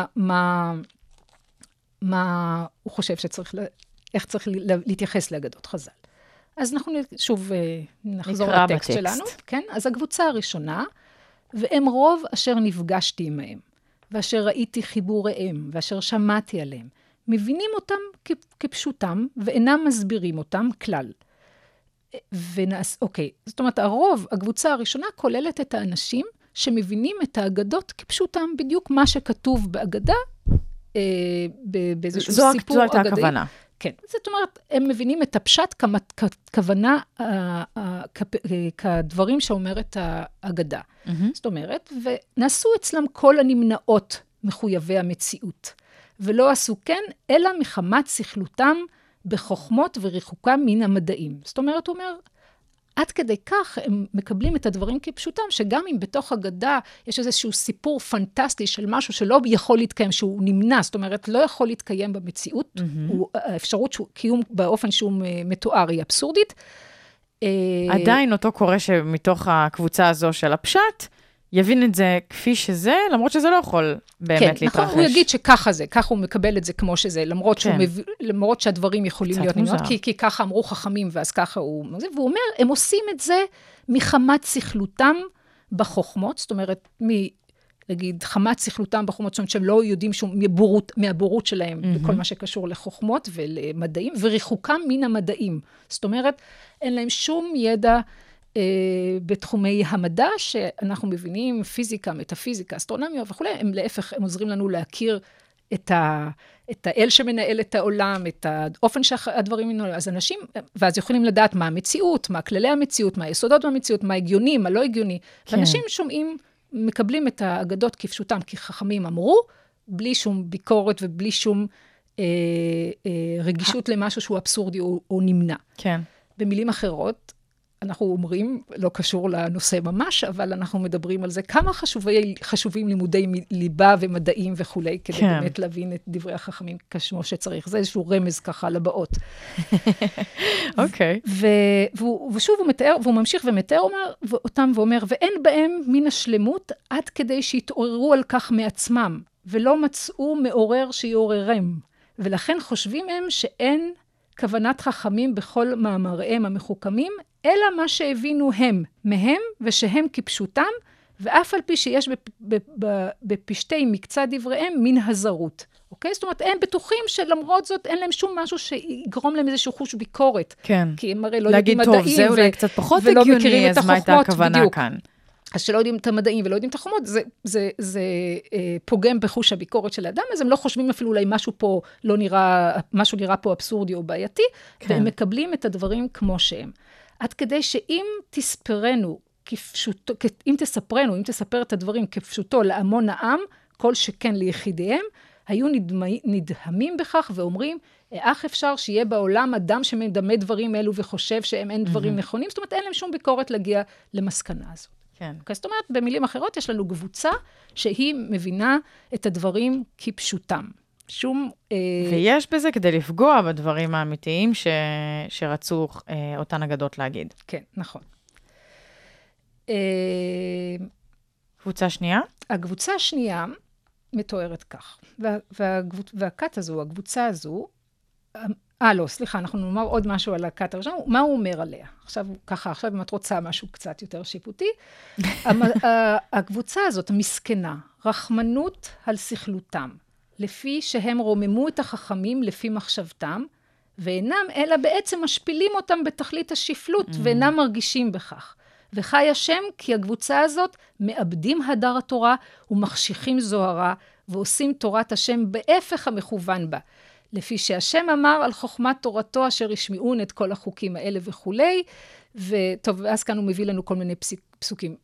מה הוא חושב שצריך, איך צריך להתייחס לאגדות חז"ל. אז אנחנו שוב נחזור לטקסט שלנו. כן? אז הקבוצה הראשונה, והם רוב אשר נפגשתי עמהם, ואשר ראיתי חיבוריהם, ואשר שמעתי עליהם, מבינים אותם כפשוטם, ואינם מסבירים אותם כלל. אוקיי, זאת אומרת, הרוב, הקבוצה הראשונה, כוללת את האנשים שמבינים את האגדות כפשוטם, בדיוק מה שכתוב באגדה, באיזשהו סיפור אגדי.
זו הייתה הכוונה.
כן, זאת אומרת, הם מבינים את הפשט כוונה, כדברים שאומרת האגדה. זאת אומרת, ונעשו אצלם כל הנמנעות מחויבי המציאות, ולא עשו כן, אלא מחמת סכלותם בחוכמות ורחוקם מן המדעים. זאת אומרת, הוא אומר, עד כדי כך הם מקבלים את הדברים כפשוטם, שגם אם בתוך אגדה יש איזשהו סיפור פנטסטי של משהו שלא יכול להתקיים, שהוא נמנע, זאת אומרת, לא יכול להתקיים במציאות, האפשרות שהוא קיום באופן שהוא מתואר היא אבסורדית,
עדיין אותו קורא שמתוך הקבוצה הזו של הפשט, יבין את זה כפי שזה, למרות שזה לא יכול באמת להתרחש.
כן, נכון, הוא יגיד שככה זה, ככה הוא מקבל את זה כמו שזה, למרות שהדברים יכולים להיות נמנות, כי ככה אמרו חכמים, ואז ככה הוא... והוא אומר, הם עושים את זה מחמת סכלותם בחוכמות, זאת אומרת, נגיד, חמת סכלותם בחוכמות, זאת אומרת שהם לא יודעים שום מהבורות שלהם, בכל מה שקשור לחוכמות ולמדעים, וריחוקם מן המדעים. זאת אומרת, אין להם שום ידע בתחומי המדע, שאנחנו מבינים, פיזיקה, מטאפיזיקה, אסטרונומיה וכו', הם להפך, הם עוזרים לנו להכיר את האל שמנהל את העולם, את האופן שהדברים מנהלים. אז אנשים, ואז יכולים לדעת מה המציאות, מה כללי המציאות, מה היסודות במציאות, מה הגיוני, מה לא הגיוני. כן. ואנשים שומעים, מקבלים את האגדות כפשוטם, כי חכמים אמרו, בלי שום ביקורת ובלי שום רגישות למשהו שהוא אבסורדי או נמנע.
כן.
במילים אחרות, אנחנו אומרים, לא קשור לנושא ממש, אבל אנחנו מדברים על זה, כמה חשובים לימודי ליבה ומדעים וכולי, כדי באמת להבין את דברי החכמים כמו שצריך. זה איזשהו רמז ככה לבאות.
אוקיי.
ושוב הוא מתאר, והוא ממשיך ומתאר אותם ואומר, ואין בהם מן השלמות עד כדי שהתעוררו על כך מעצמם, ולא מצאו מעורר שיעוררם. ולכן חושבים הם שאין כוונת חכמים בכל מאמריהם המחוכמים, אלא מה שהבינו הם מהם, ושהם כפשוטם, ואף על פי שיש בפשטי מקצה דבריהם מן הזרות. אוקיי? זאת אומרת, הם בטוחים שלמרות זאת אין להם שום משהו שיגרום להם איזשהו חוש ביקורת.
כן.
כי הם הרי לא יודעים מדעים.
להגיד, טוב, זה אולי קצת פחות הגיוני, אז מה הייתה הכוונה כאן?
אז שלא יודעים את המדעים ולא יודעים את החומות, זה פוגם בחוש הביקורת של האדם, אז הם לא חושבים אפילו אולי משהו פה לא נראה, משהו נראה פה אבסורדי או בעייתי, והם מקבלים את הדברים כמו שהם. עד כדי שאם תספרנו כפשוטו, אם תספר את הדברים כפשוטו להמון העם, כל שכן ליחידיהם, היו נדהמים בכך ואומרים, איך אפשר שיהיה בעולם אדם שמדמה דברים אלו וחושב שהם אין דברים נכונים, זאת אומרת, אין להם שום ביקורת להגיע למסקנה הזאת.
כן.
זאת אומרת, במילים אחרות יש לנו קבוצה שהיא מבינה את הדברים כפשוטם.
ויש בזה כדי לפגוע בדברים האמיתיים שרצו אותן אגדות להגיד.
כן, נכון.
קבוצה שנייה?
הקבוצה השנייה מתוארת כך. והכת הזו, הקבוצה הזו, לא, סליחה, אנחנו נאמר עוד משהו על הכת הראשון, מה הוא אומר עליה? עכשיו, ככה, עכשיו אם את רוצה משהו קצת יותר שיפוטי, הקבוצה הזאת, המסכנה, רחמנות על סכלותם, לפי שהם רוממו את החכמים לפי מחשבתם, ואינם, אלא בעצם משפילים אותם בתכלית השפלות, ואינם מרגישים בכך. וחי השם, כי הקבוצה הזאת מאבדים הדר התורה, ומחשיכים זוהרה, ועושים תורת השם בהפך המכוון בה. לפי שהשם אמר על חוכמת תורתו, אשר ישמיעון את כל החוקים האלה וכולי, וטוב, ואז כאן הוא מביא לנו כל מיני פסוקים.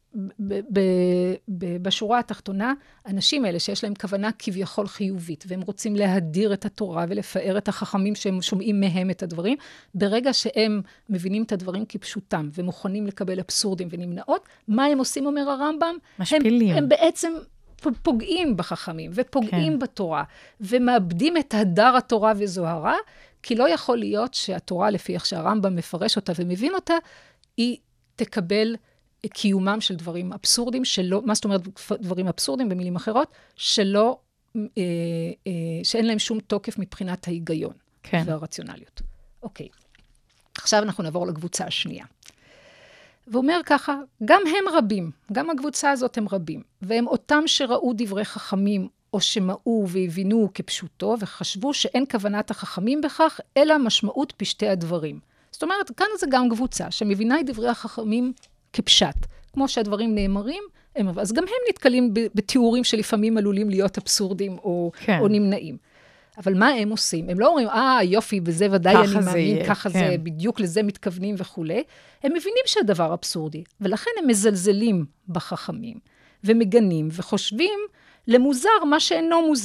בשורה התחתונה, אנשים האלה שיש להם כוונה כביכול חיובית, והם רוצים להדיר את התורה ולפאר את החכמים שהם שומעים מהם את הדברים, ברגע שהם מבינים את הדברים כפשוטם, ומוכנים לקבל אבסורדים ונמנעות, מה הם עושים, אומר הרמב"ם?
משפילים.
הם בעצם פוגעים בחכמים, ופוגעים בתורה, ומאבדים את הדר התורה וזוהרה, כי לא יכול להיות שהתורה, לפי איך שהרמב"ם מפרש אותה ומבין אותה, היא תקבל קיומם של דברים אבסורדים, שלא, מה זאת אומרת דברים אבסורדים במילים אחרות, שלא, שאין להם שום תוקף מבחינת ההיגיון והרציונליות. אוקיי. עכשיו אנחנו נעבור לקבוצה השנייה. ואומר ככה, גם הם רבים, גם הקבוצה הזאת הם רבים, והם אותם שראו דברי חכמים, או שמעו והבינו כפשוטו, וחשבו שאין כוונת החכמים בכך, אלא משמעות פשטי הדברים. זאת אומרת, כאן זה גם קבוצה, שמבינה את דברי החכמים כפשט. כמו שהדברים נאמרים, אז גם הם נתקלים בתיאורים שלפעמים עלולים להיות אבסורדים או נמנעים. אבל מה הם עושים? הם לא אומרים, יופי, בזה ודאי אני מאמין, ככה זה, בדיוק לזה מתכוונים וכו'. הם מבינים שהדבר אבסורדי, ולכן הם מזלזלים בחכמים, ומגנים, וחושבים למוזר מה שאינו מוזר,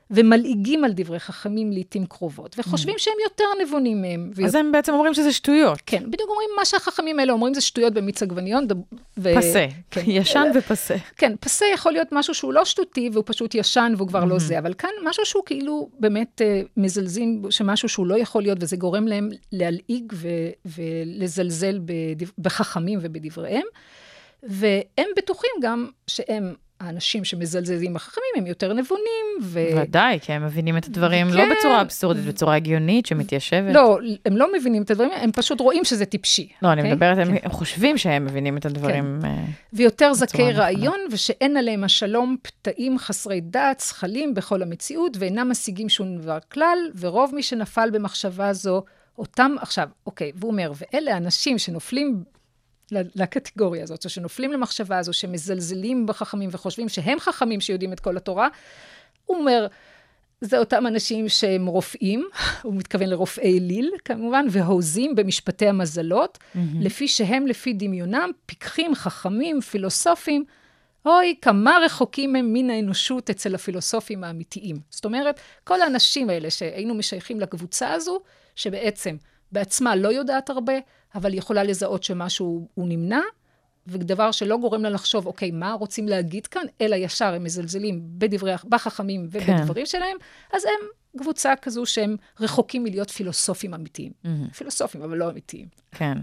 ומלעיגים על דברי חכמים לעתים קרובות, וחושבים שהם יותר נבונים מהם.
אז הם בעצם אומרים שזה שטויות.
כן, בדיוק אומרים, מה שהחכמים האלה אומרים זה שטויות במיץ עגבניות.
פסה, ישן ופסה.
כן, פסה יכול להיות משהו שהוא לא שטותי, והוא פשוט ישן והוא כבר לא זה, אבל כאן משהו שהוא כאילו באמת מזלזים, שמשהו שהוא לא יכול להיות, וזה גורם להם להלעיג ולזלזל בחכמים ובדבריהם, והם בטוחים גם שהם, האנשים שמזלזלים בחכמים, הם יותר נבונים.
ודאי, כי הם מבינים את הדברים לא בצורה אבסורדית, בצורה הגיונית שמתיישבת.
לא, הם לא מבינים את הדברים, הם פשוט רואים שזה טיפשי.
לא, אני מדברת, הם חושבים שהם מבינים את הדברים.
ויותר זכי רעיון, ושאין עליהם השלום פתאים חסרי דעת, שכלים בכל המציאות, ואינם משיגים שום דבר כלל, ורוב מי שנפל במחשבה זו, אותם, עכשיו, אוקיי, והוא אומר, ואלה האנשים שנופלים לקטגוריה הזאת, שנופלים למחשבה הזו, שמזלזלים בחכמים וחושבים שהם חכמים שיודעים את כל התורה, הוא אומר, זה אותם אנשים שהם רופאים, הוא מתכוון לרופאי אליל, כמובן, והוזים במשפטי המזלות, לפי שהם, לפי דמיונם, פיקחים, חכמים, פילוסופים, אוי, כמה רחוקים הם מן האנושות אצל הפילוסופים האמיתיים. זאת אומרת, כל האנשים האלה שהיינו משייכים לקבוצה הזו, שבעצם בעצמה לא יודעת הרבה, אבל יכולה לזהות שמשהו הוא נמנע, ודבר שלא גורם לה לחשוב, אוקיי, מה רוצים להגיד כאן, אלא ישר הם מזלזלים בחכמים ובדברים שלהם, אז הם קבוצה כזו שהם רחוקים מלהיות פילוסופים אמיתיים. פילוסופים, אבל לא אמיתיים.
כן.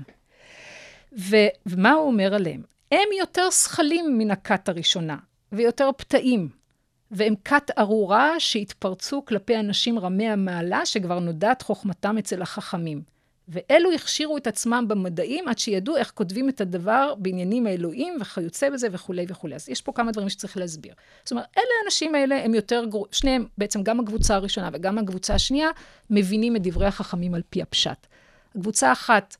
ומה הוא אומר עליהם? הם יותר שכלים מן הכת הראשונה, ויותר פתאים, והם כת ארורה שהתפרצו כלפי אנשים רמי המעלה, שכבר נודעת חוכמתם אצל החכמים. ואלו הכשירו את עצמם במדעים, עד שידעו איך כותבים את הדבר בעניינים האלוהים, וכיוצא בזה וכו' וכו'. אז יש פה כמה דברים שצריך להסביר. זאת אומרת, אלה האנשים האלה, הם יותר, שניהם, בעצם גם הקבוצה הראשונה וגם הקבוצה השנייה, מבינים את דברי החכמים על פי הפשט. הקבוצה אחת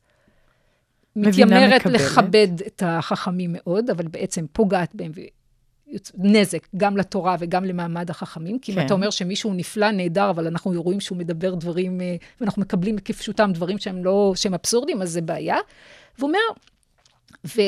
מתיימרת לכבד את החכמים מאוד, אבל בעצם פוגעת בהם נזק גם לתורה וגם למעמד החכמים, כי אם אתה אומר שמישהו נפלא, נהדר, אבל אנחנו רואים שהוא מדבר דברים, ואנחנו מקבלים כפשוטם דברים שהם אבסורדים, אז זה בעיה. והוא אומר,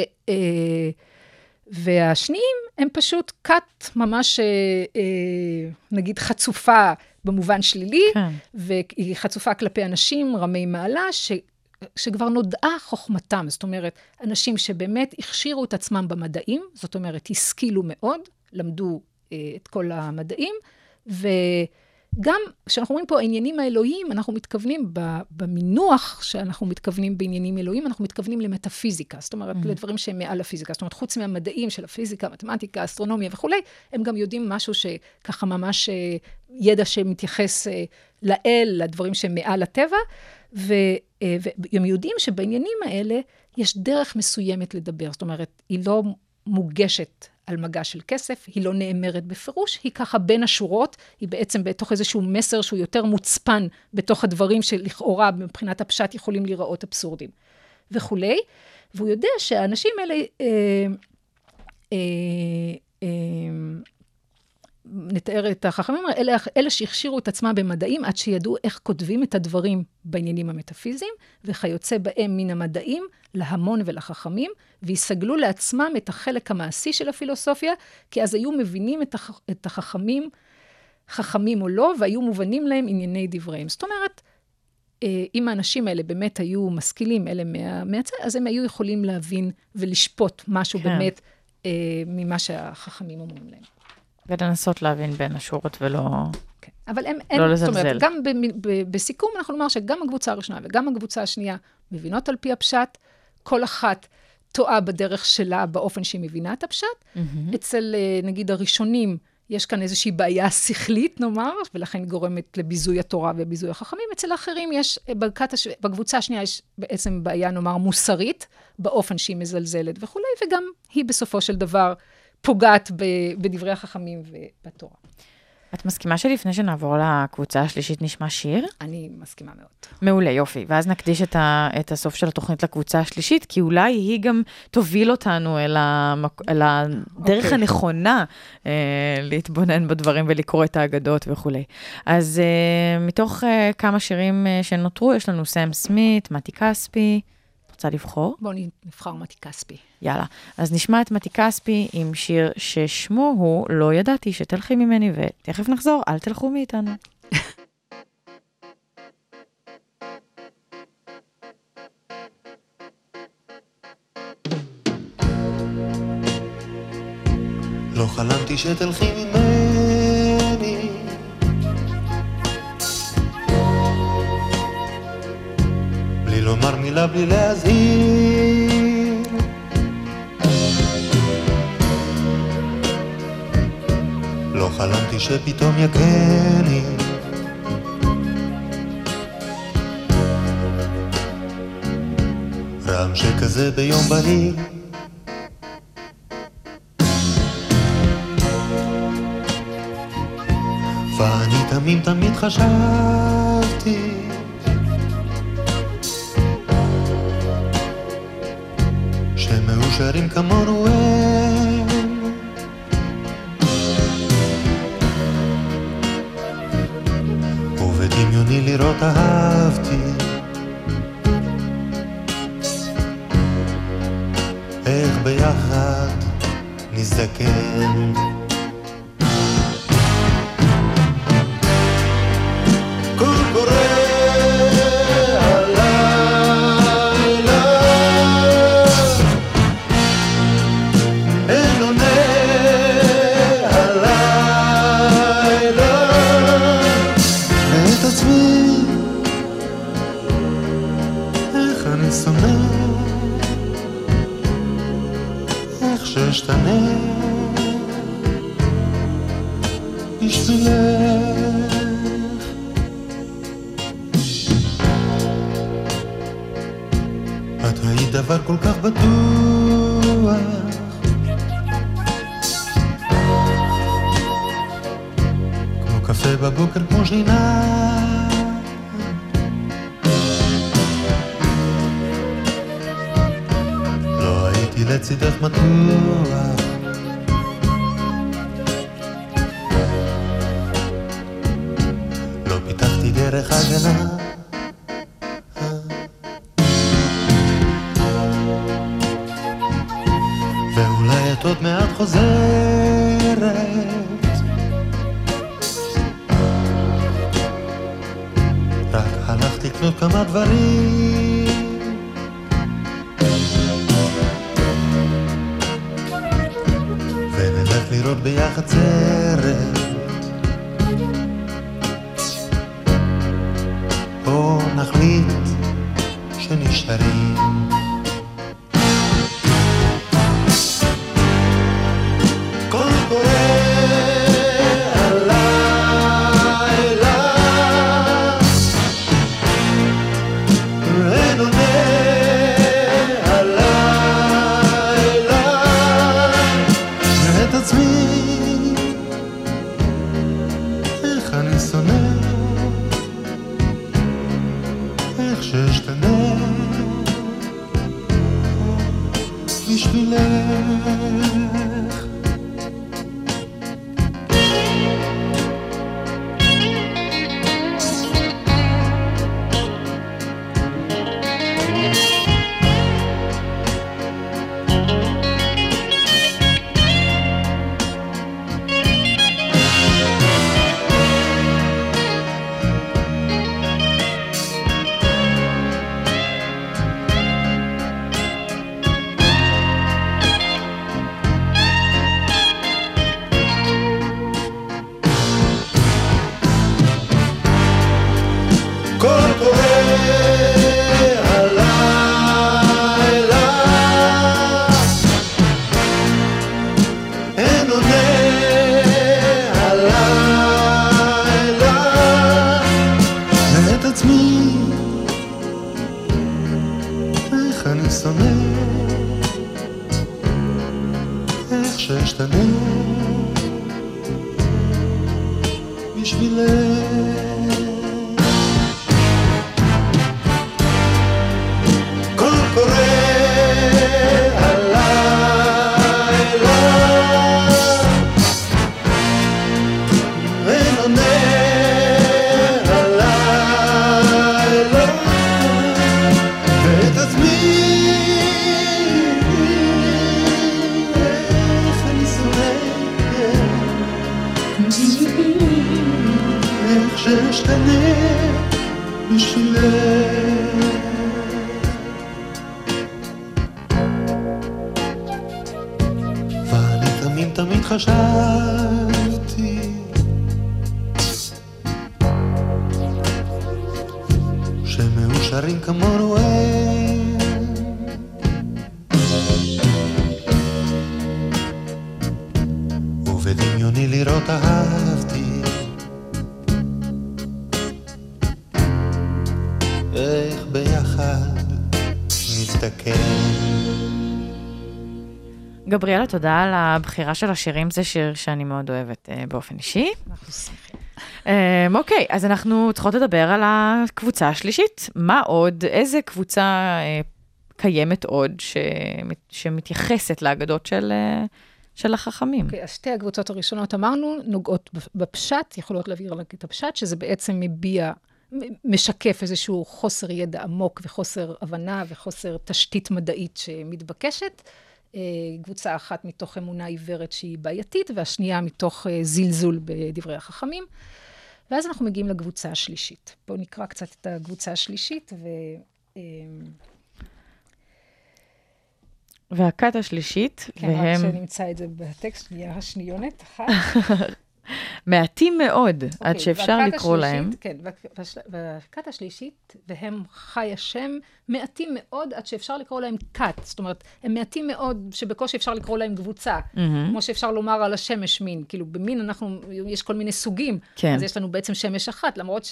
והשניים הם פשוט כת ממש, נגיד, חצופה במובן שלילי, והיא חצופה כלפי אנשים, רמי מעלה, שכבר נודעה חוכמתם, זאת אומרת, אנשים שבאמת הכשירו את עצמם במדעים, זאת אומרת, השכילו מאוד, למדו את כל המדעים, וגם כשאנחנו אומרים פה העניינים האלוהיים, אנחנו מתכוונים במינוח שאנחנו מתכוונים בעניינים אלוהיים, אנחנו מתכוונים למטאפיזיקה, זאת אומרת, לדברים שהם מעל הפיזיקה, זאת אומרת, חוץ מהמדעים של הפיזיקה, מתמטיקה, אסטרונומיה וכולי, הם גם יודעים משהו שככה ממש ידע שמתייחס לאל, לדברים שהם מעל הטבע, והם יודעים שבעניינים האלה יש דרך מסוימת לדבר. זאת אומרת, היא לא מוגשת על מגע של כסף, היא לא נאמרת בפירוש, היא ככה בין השורות, היא בעצם בתוך איזשהו מסר שהוא יותר מוצפן בתוך הדברים שלכאורה מבחינת הפשט יכולים להיראות אבסורדים וכולי. והוא יודע שהאנשים האלה נתאר את החכמים, אלה שהכשירו את עצמם במדעים, עד שידעו איך כותבים את הדברים בעניינים המטאפיזיים, וכיוצא בהם מן המדעים, להמון ולחכמים, ויסגלו לעצמם את החלק המעשי של הפילוסופיה, כי אז היו מבינים את החכמים, חכמים או לא, והיו מובנים להם ענייני דבריהם. זאת אומרת, אם האנשים האלה באמת היו משכילים, אלה מהצד, אז הם היו יכולים להבין ולשפוט משהו באמת ממה שהחכמים אומרים להם.
ולנסות להבין בין השורות ולא
כן. אבל הם,
לא לזלזל.
זאת אומרת, גם בסיכום אנחנו נאמר שגם הקבוצה הראשונה וגם הקבוצה השנייה מבינות על פי הפשט, כל אחת טועה בדרך שלה באופן שהיא מבינה את הפשט. אצל, נגיד, הראשונים, יש כאן איזושהי בעיה שכלית, נאמר, ולכן גורמת לביזוי התורה וביזוי החכמים. אצל האחרים יש, בקבוצה השנייה יש בעצם בעיה, נאמר, מוסרית, באופן שהיא מזלזלת וכולי, וגם היא בסופו של דבר פוגעת בדברי החכמים ובתורה.
את מסכימה שלפני שנעבור לקבוצה השלישית נשמע שיר?
אני מסכימה מאוד.
מעולה, יופי. ואז נקדיש את הסוף של התוכנית לקבוצה השלישית, כי אולי היא גם תוביל אותנו אל הדרך הנכונה להתבונן בדברים ולקרוא את האגדות וכו'. אז מתוך כמה שירים שנותרו, יש לנו סם סמית, מתי כספי. רוצה לבחור?
בואו נבחר מתי כספי.
יאללה. אז נשמע את מתי כספי עם שיר ששמו הוא לא ידעתי שתלכי ממני, ותכף נחזור, אל תלכו מאיתנו.
לא חלמתי שתלכי ממני, בלי לומר מילה, בלי להזהיר. לא חלמתי שפתאום יקני רעם שכזה ביום בהיר. ואני תמיד חשבתי שמאושרים כמונו הם, ובדמיוני לראות אהבתי איך ביחד נזדקן. שתשתנה בשבילך. את היית דבר כל כך בטוח, כמו קפה בבוקר, כמו שינה. לא הייתי לצידך מתוח, לא פיתחתי דרך הגנה. ואולי את עוד מעט חוזרת, רק הלכתי לקנות כמה דברים, ונלך לראות ביחד סרט, או נחליט שנשארים. It's me. איך שאשתנה בשבילך. ואני תמיד חשבתי שמאושרים כמונו אין, ובדמיוני לראות אהבתי איך ביחד נזדקן.
גבריאלה, תודה על הבחירה של השירים, זה שיר שאני מאוד אוהבת באופן אישי.
אנחנו שמחים.
אוקיי, אז אנחנו צריכות לדבר על הקבוצה השלישית. מה עוד? איזה קבוצה קיימת עוד שמתייחסת לאגדות של החכמים?
אוקיי, אז שתי הקבוצות הראשונות אמרנו, נוגעות בפשט, יכולות להעביר את הפשט, שזה בעצם משקף איזשהו חוסר ידע עמוק וחוסר הבנה וחוסר תשתית מדעית שמתבקשת. קבוצה אחת מתוך אמונה עיוורת שהיא בעייתית, והשנייה מתוך זלזול בדברי החכמים. ואז אנחנו מגיעים לקבוצה השלישית. בואו נקרא קצת את הקבוצה השלישית,
והכת השלישית,
כן, רק שנמצא את זה בטקסט, נהיה השניונת אחת.
מעטים מאוד, עד שאפשר לקרוא להם.
כן, והכת השלישית, והם חי השם, מעטים מאוד, עד שאפשר לקרוא להם כת. זאת אומרת, הם מעטים מאוד, שבקושי אפשר לקרוא להם קבוצה. כמו שאפשר לומר על השמש מין. כאילו, במין יש כל מיני סוגים. אז יש לנו בעצם שמש אחת, למרות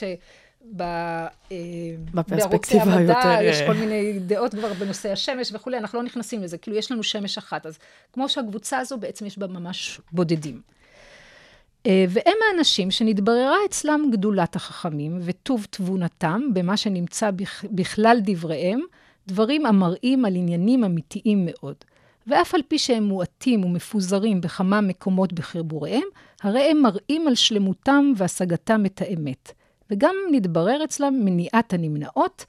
בערוצי המדע יש כל מיני דעות כבר בנושא השמש וכולי, אנחנו לא נכנסים לזה. כאילו, יש לנו שמש אחת. אז כמו שהקבוצה הזו, בעצם יש בה ממש בודדים. והם האנשים שנתבררה אצלם גדולת החכמים וטוב תבונתם במה שנמצא בכלל דבריהם, דברים המראים על עניינים אמיתיים מאוד. ואף על פי שהם מועטים ומפוזרים בכמה מקומות בחיבוריהם, הרי הם מראים על שלמותם והשגתם את האמת. וגם נתברר אצלם מניעת הנמנעות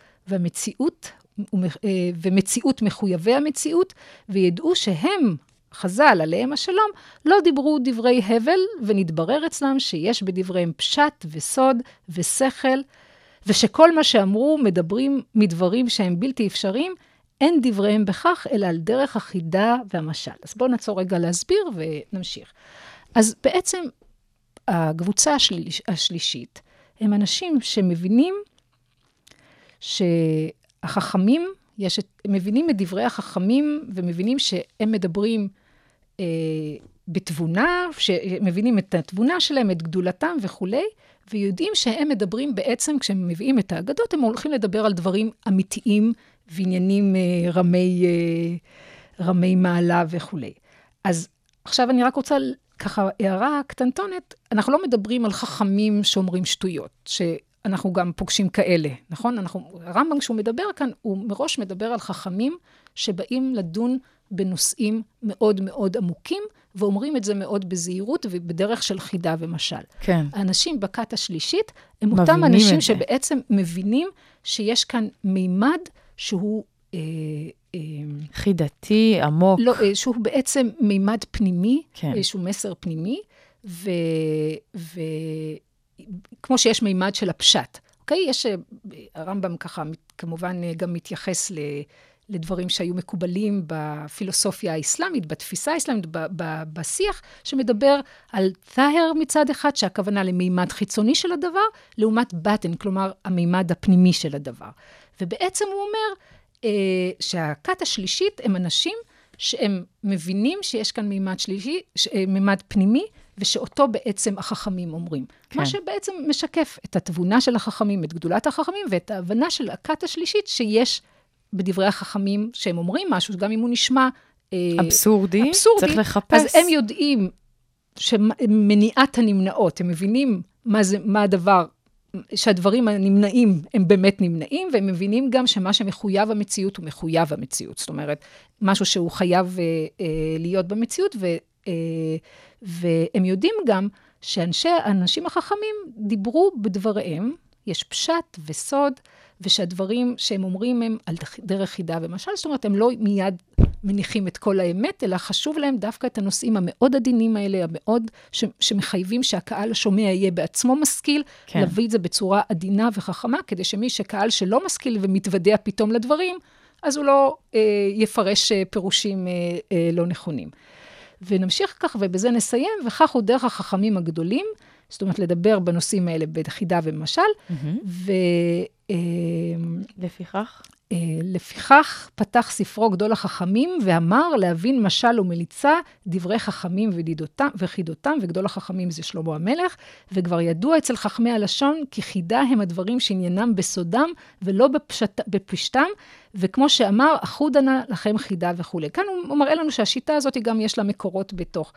ומציאות מחויבי המציאות, וידעו שהם, חז"ל עליהם השלום, לא דיברו דברי הבל, ונתברר אצלם שיש בדבריהם פשט וסוד ושכל, ושכל מה שאמרו מדברים מדברים שהם בלתי אפשריים, אין דבריהם בכך, אלא על דרך החידה והמשל. אז בואו נעצור רגע להסביר ונמשיך. אז בעצם הקבוצה השלישית, הם אנשים שמבינים שהחכמים, מבינים את דברי החכמים, ומבינים שהם מדברים בתבונה, שמבינים את התבונה שלהם, את גדולתם וכו', ויודעים שהם מדברים בעצם, כשהם מביאים את האגדות, הם הולכים לדבר על דברים אמיתיים, ועניינים רמי מעלה וכו'. אז עכשיו אני רק רוצה ככה הערה קטנטונת, אנחנו לא מדברים על חכמים שאומרים שטויות, שאנחנו גם פוגשים כאלה, נכון? הרמב"ם כשהוא מדבר כאן, הוא מראש מדבר על חכמים שבאים לדון בנושאים מאוד מאוד עמוקים, ואומרים את זה מאוד בזהירות ובדרך של חידה ומשל.
כן.
האנשים בכת השלישית, הם אותם אנשים שבעצם מבינים שיש כאן מימד שהוא
חידתי, עמוק.
לא, שהוא בעצם מימד פנימי,
כן.
שהוא מסר פנימי, כמו שיש מימד של הפשט. אוקיי? יש, הרמב"ם ככה, כמובן גם מתייחס לדברים שהיו מקובלים בפילוסופיה האסלאמית, בתפיסה האסלאמית, בשיח, שמדבר על תאהר מצד אחד, שהכוונה למימד חיצוני של הדבר, לעומת בטן, כלומר, המימד הפנימי של הדבר. ובעצם הוא אומר, שהכת השלישית הם אנשים שהם מבינים שיש כאן מימד שלישי, מימד פנימי, ושאותו בעצם החכמים אומרים. כן. מה שבעצם משקף את התבונה של החכמים, את גדולת החכמים, ואת ההבנה של הכת השלישית שיש בדברי החכמים שהם אומרים משהו, גם אם הוא נשמע
אבסורדי, צריך לחפש.
אז הם יודעים שמניעת הנמנעות, הם מבינים מה הדבר, שהדברים הנמנעים הם באמת נמנעים, והם מבינים גם שמה שמחויב המציאות הוא מחויב המציאות. זאת אומרת, משהו שהוא חייב להיות במציאות, והם יודעים גם שאנשים החכמים דיברו בדבריהם, יש פשט וסוד, ושהדברים שהם אומרים הם על דרך חידה ומשל, זאת אומרת, הם לא מיד מניחים את כל האמת, אלא חשוב להם דווקא את הנושאים המאוד עדינים האלה, המאוד שמחייבים שהקהל השומע יהיה בעצמו משכיל, להביא את זה בצורה עדינה וחכמה, כדי שמי שקהל שלא משכיל ומתוודע פתאום לדברים, אז הוא לא יפרש פירושים לא נכונים. ונמשיך כך, ובזה נסיים, וכך הוא דרך החכמים הגדולים, זאת אומרת, לדבר בנושאים האלה בחידה ומשל, לפיכך פתח ספרו גדול החכמים, ואמר להבין משל ומליצה, דברי חכמים וחידותם, וגדול החכמים זה שלמה המלך, וכבר ידוע אצל חכמי הלשון, כי חידה הם הדברים שעניינם בסודם, ולא בפשטם, וכמו שאמר, אחודנה לכם חידה וכו'. כאן הוא מראה לנו שהשיטה הזאת גם יש לה מקורות בתוך.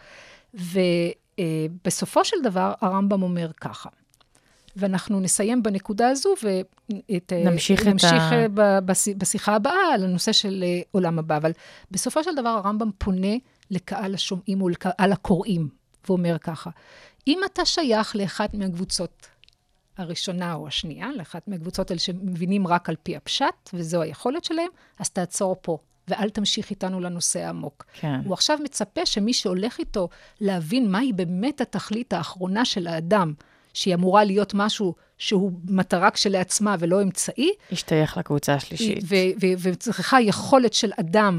ובסופו של דבר הרמב"ם אומר ככה. ואנחנו נסיים בנקודה הזו, ונמשיך בשיחה הבאה על הנושא של עולם הבא. אבל בסופו של דבר הרמב"ם פונה לקהל השומעים ולקהל הקוראים, ואומר ככה, אם אתה שייך לאחת מהקבוצות הראשונה או השנייה, לאחת מהקבוצות האלה שמבינים רק על פי הפשט, וזו היכולת שלהם, אז תעצור פה. ואל תמשיך איתנו לנושא העמוק.
כן.
הוא עכשיו מצפה שמי שהולך איתו להבין מהי באמת התכלית האחרונה של האדם, שהיא אמורה להיות משהו שהוא מטרה כשלעצמה ולא אמצעי.
ישתייך לקבוצה השלישית.
וצריכה יכולת של אדם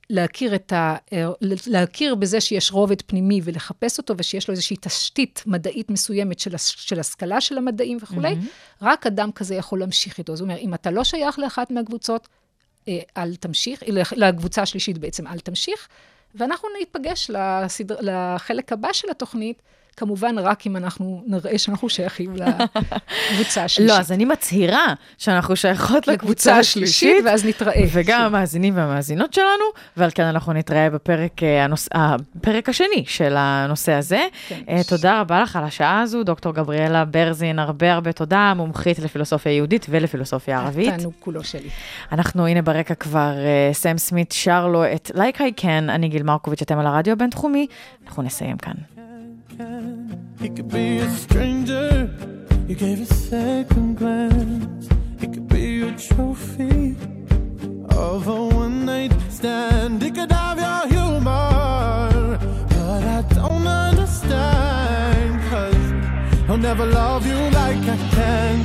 להכיר בזה שיש רובד פנימי ולחפש אותו, ושיש לו איזושהי תשתית מדעית מסוימת של השכלה של המדעים וכו'. רק אדם כזה יכול להמשיך איתו. זאת אומרת, אם אתה לא שייך לאחת מהקבוצות, אל תמשיך, לקבוצה השלישית בעצם אל תמשיך, ואנחנו ניפגש לחלק הבא של התוכנית, כמובן רק אם אנחנו נראה שאנחנו שייכים לקבוצה השלישית.
לא, אז אני מצהירה שאנחנו שייכות לקבוצה השלישית,
ואז נתראה.
וגם המאזינים והמאזינות שלנו, ועל כן אנחנו נתראה בפרק השני של הנושא הזה. תודה רבה לך על השעה הזו, דוקטור גבריאלה ברזין, הרבה תודה, מומחית לפילוסופיה יהודית ולפילוסופיה ערבית.
התענוג כולו שלי.
אנחנו, הנה ברקע כבר, סם סמית שר לו את Like I Can, אני גיל מרקוביץ', אתם על הרדיו הבינתחומי, אנחנו נסיים כאן.
He could be a stranger, you gave a second glance. He could be a trophy of a one-night stand. He could have your humor, but I don't understand, 'cause he'll never love you like I can.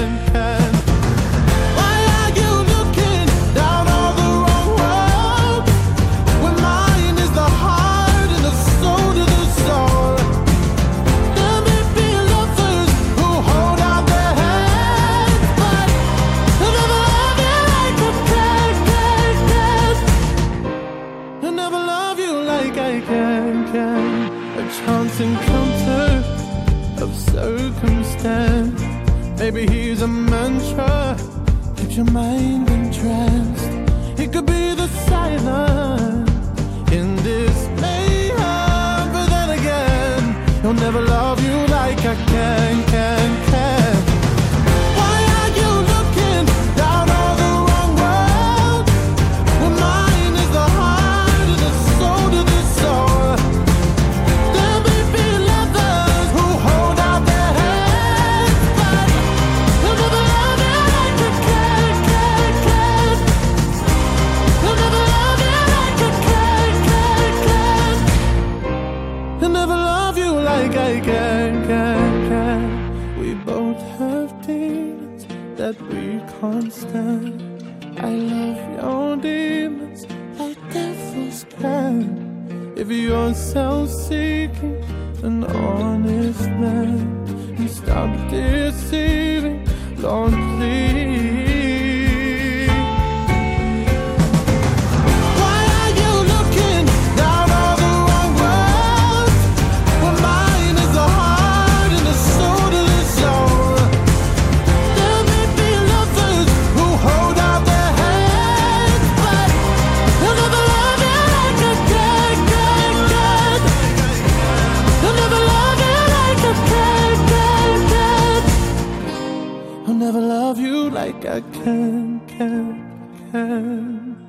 Why are you looking down on the wrong road, when mine is the heart and the soul to the soul? A chance encounter of circumstance. Maybe he's a mantra, keeps your mind entranced. He could be the silence in this mayhem, but then again, he'll never love you like I can. Why are you looking down on the wrong road, when mine is the heart and the soul to the soul? We both have demons that we can't stand. I love your demons like devils can. If you're self-seeking, an honest man, and stop deceiving, Lord, please. Never love you like I can.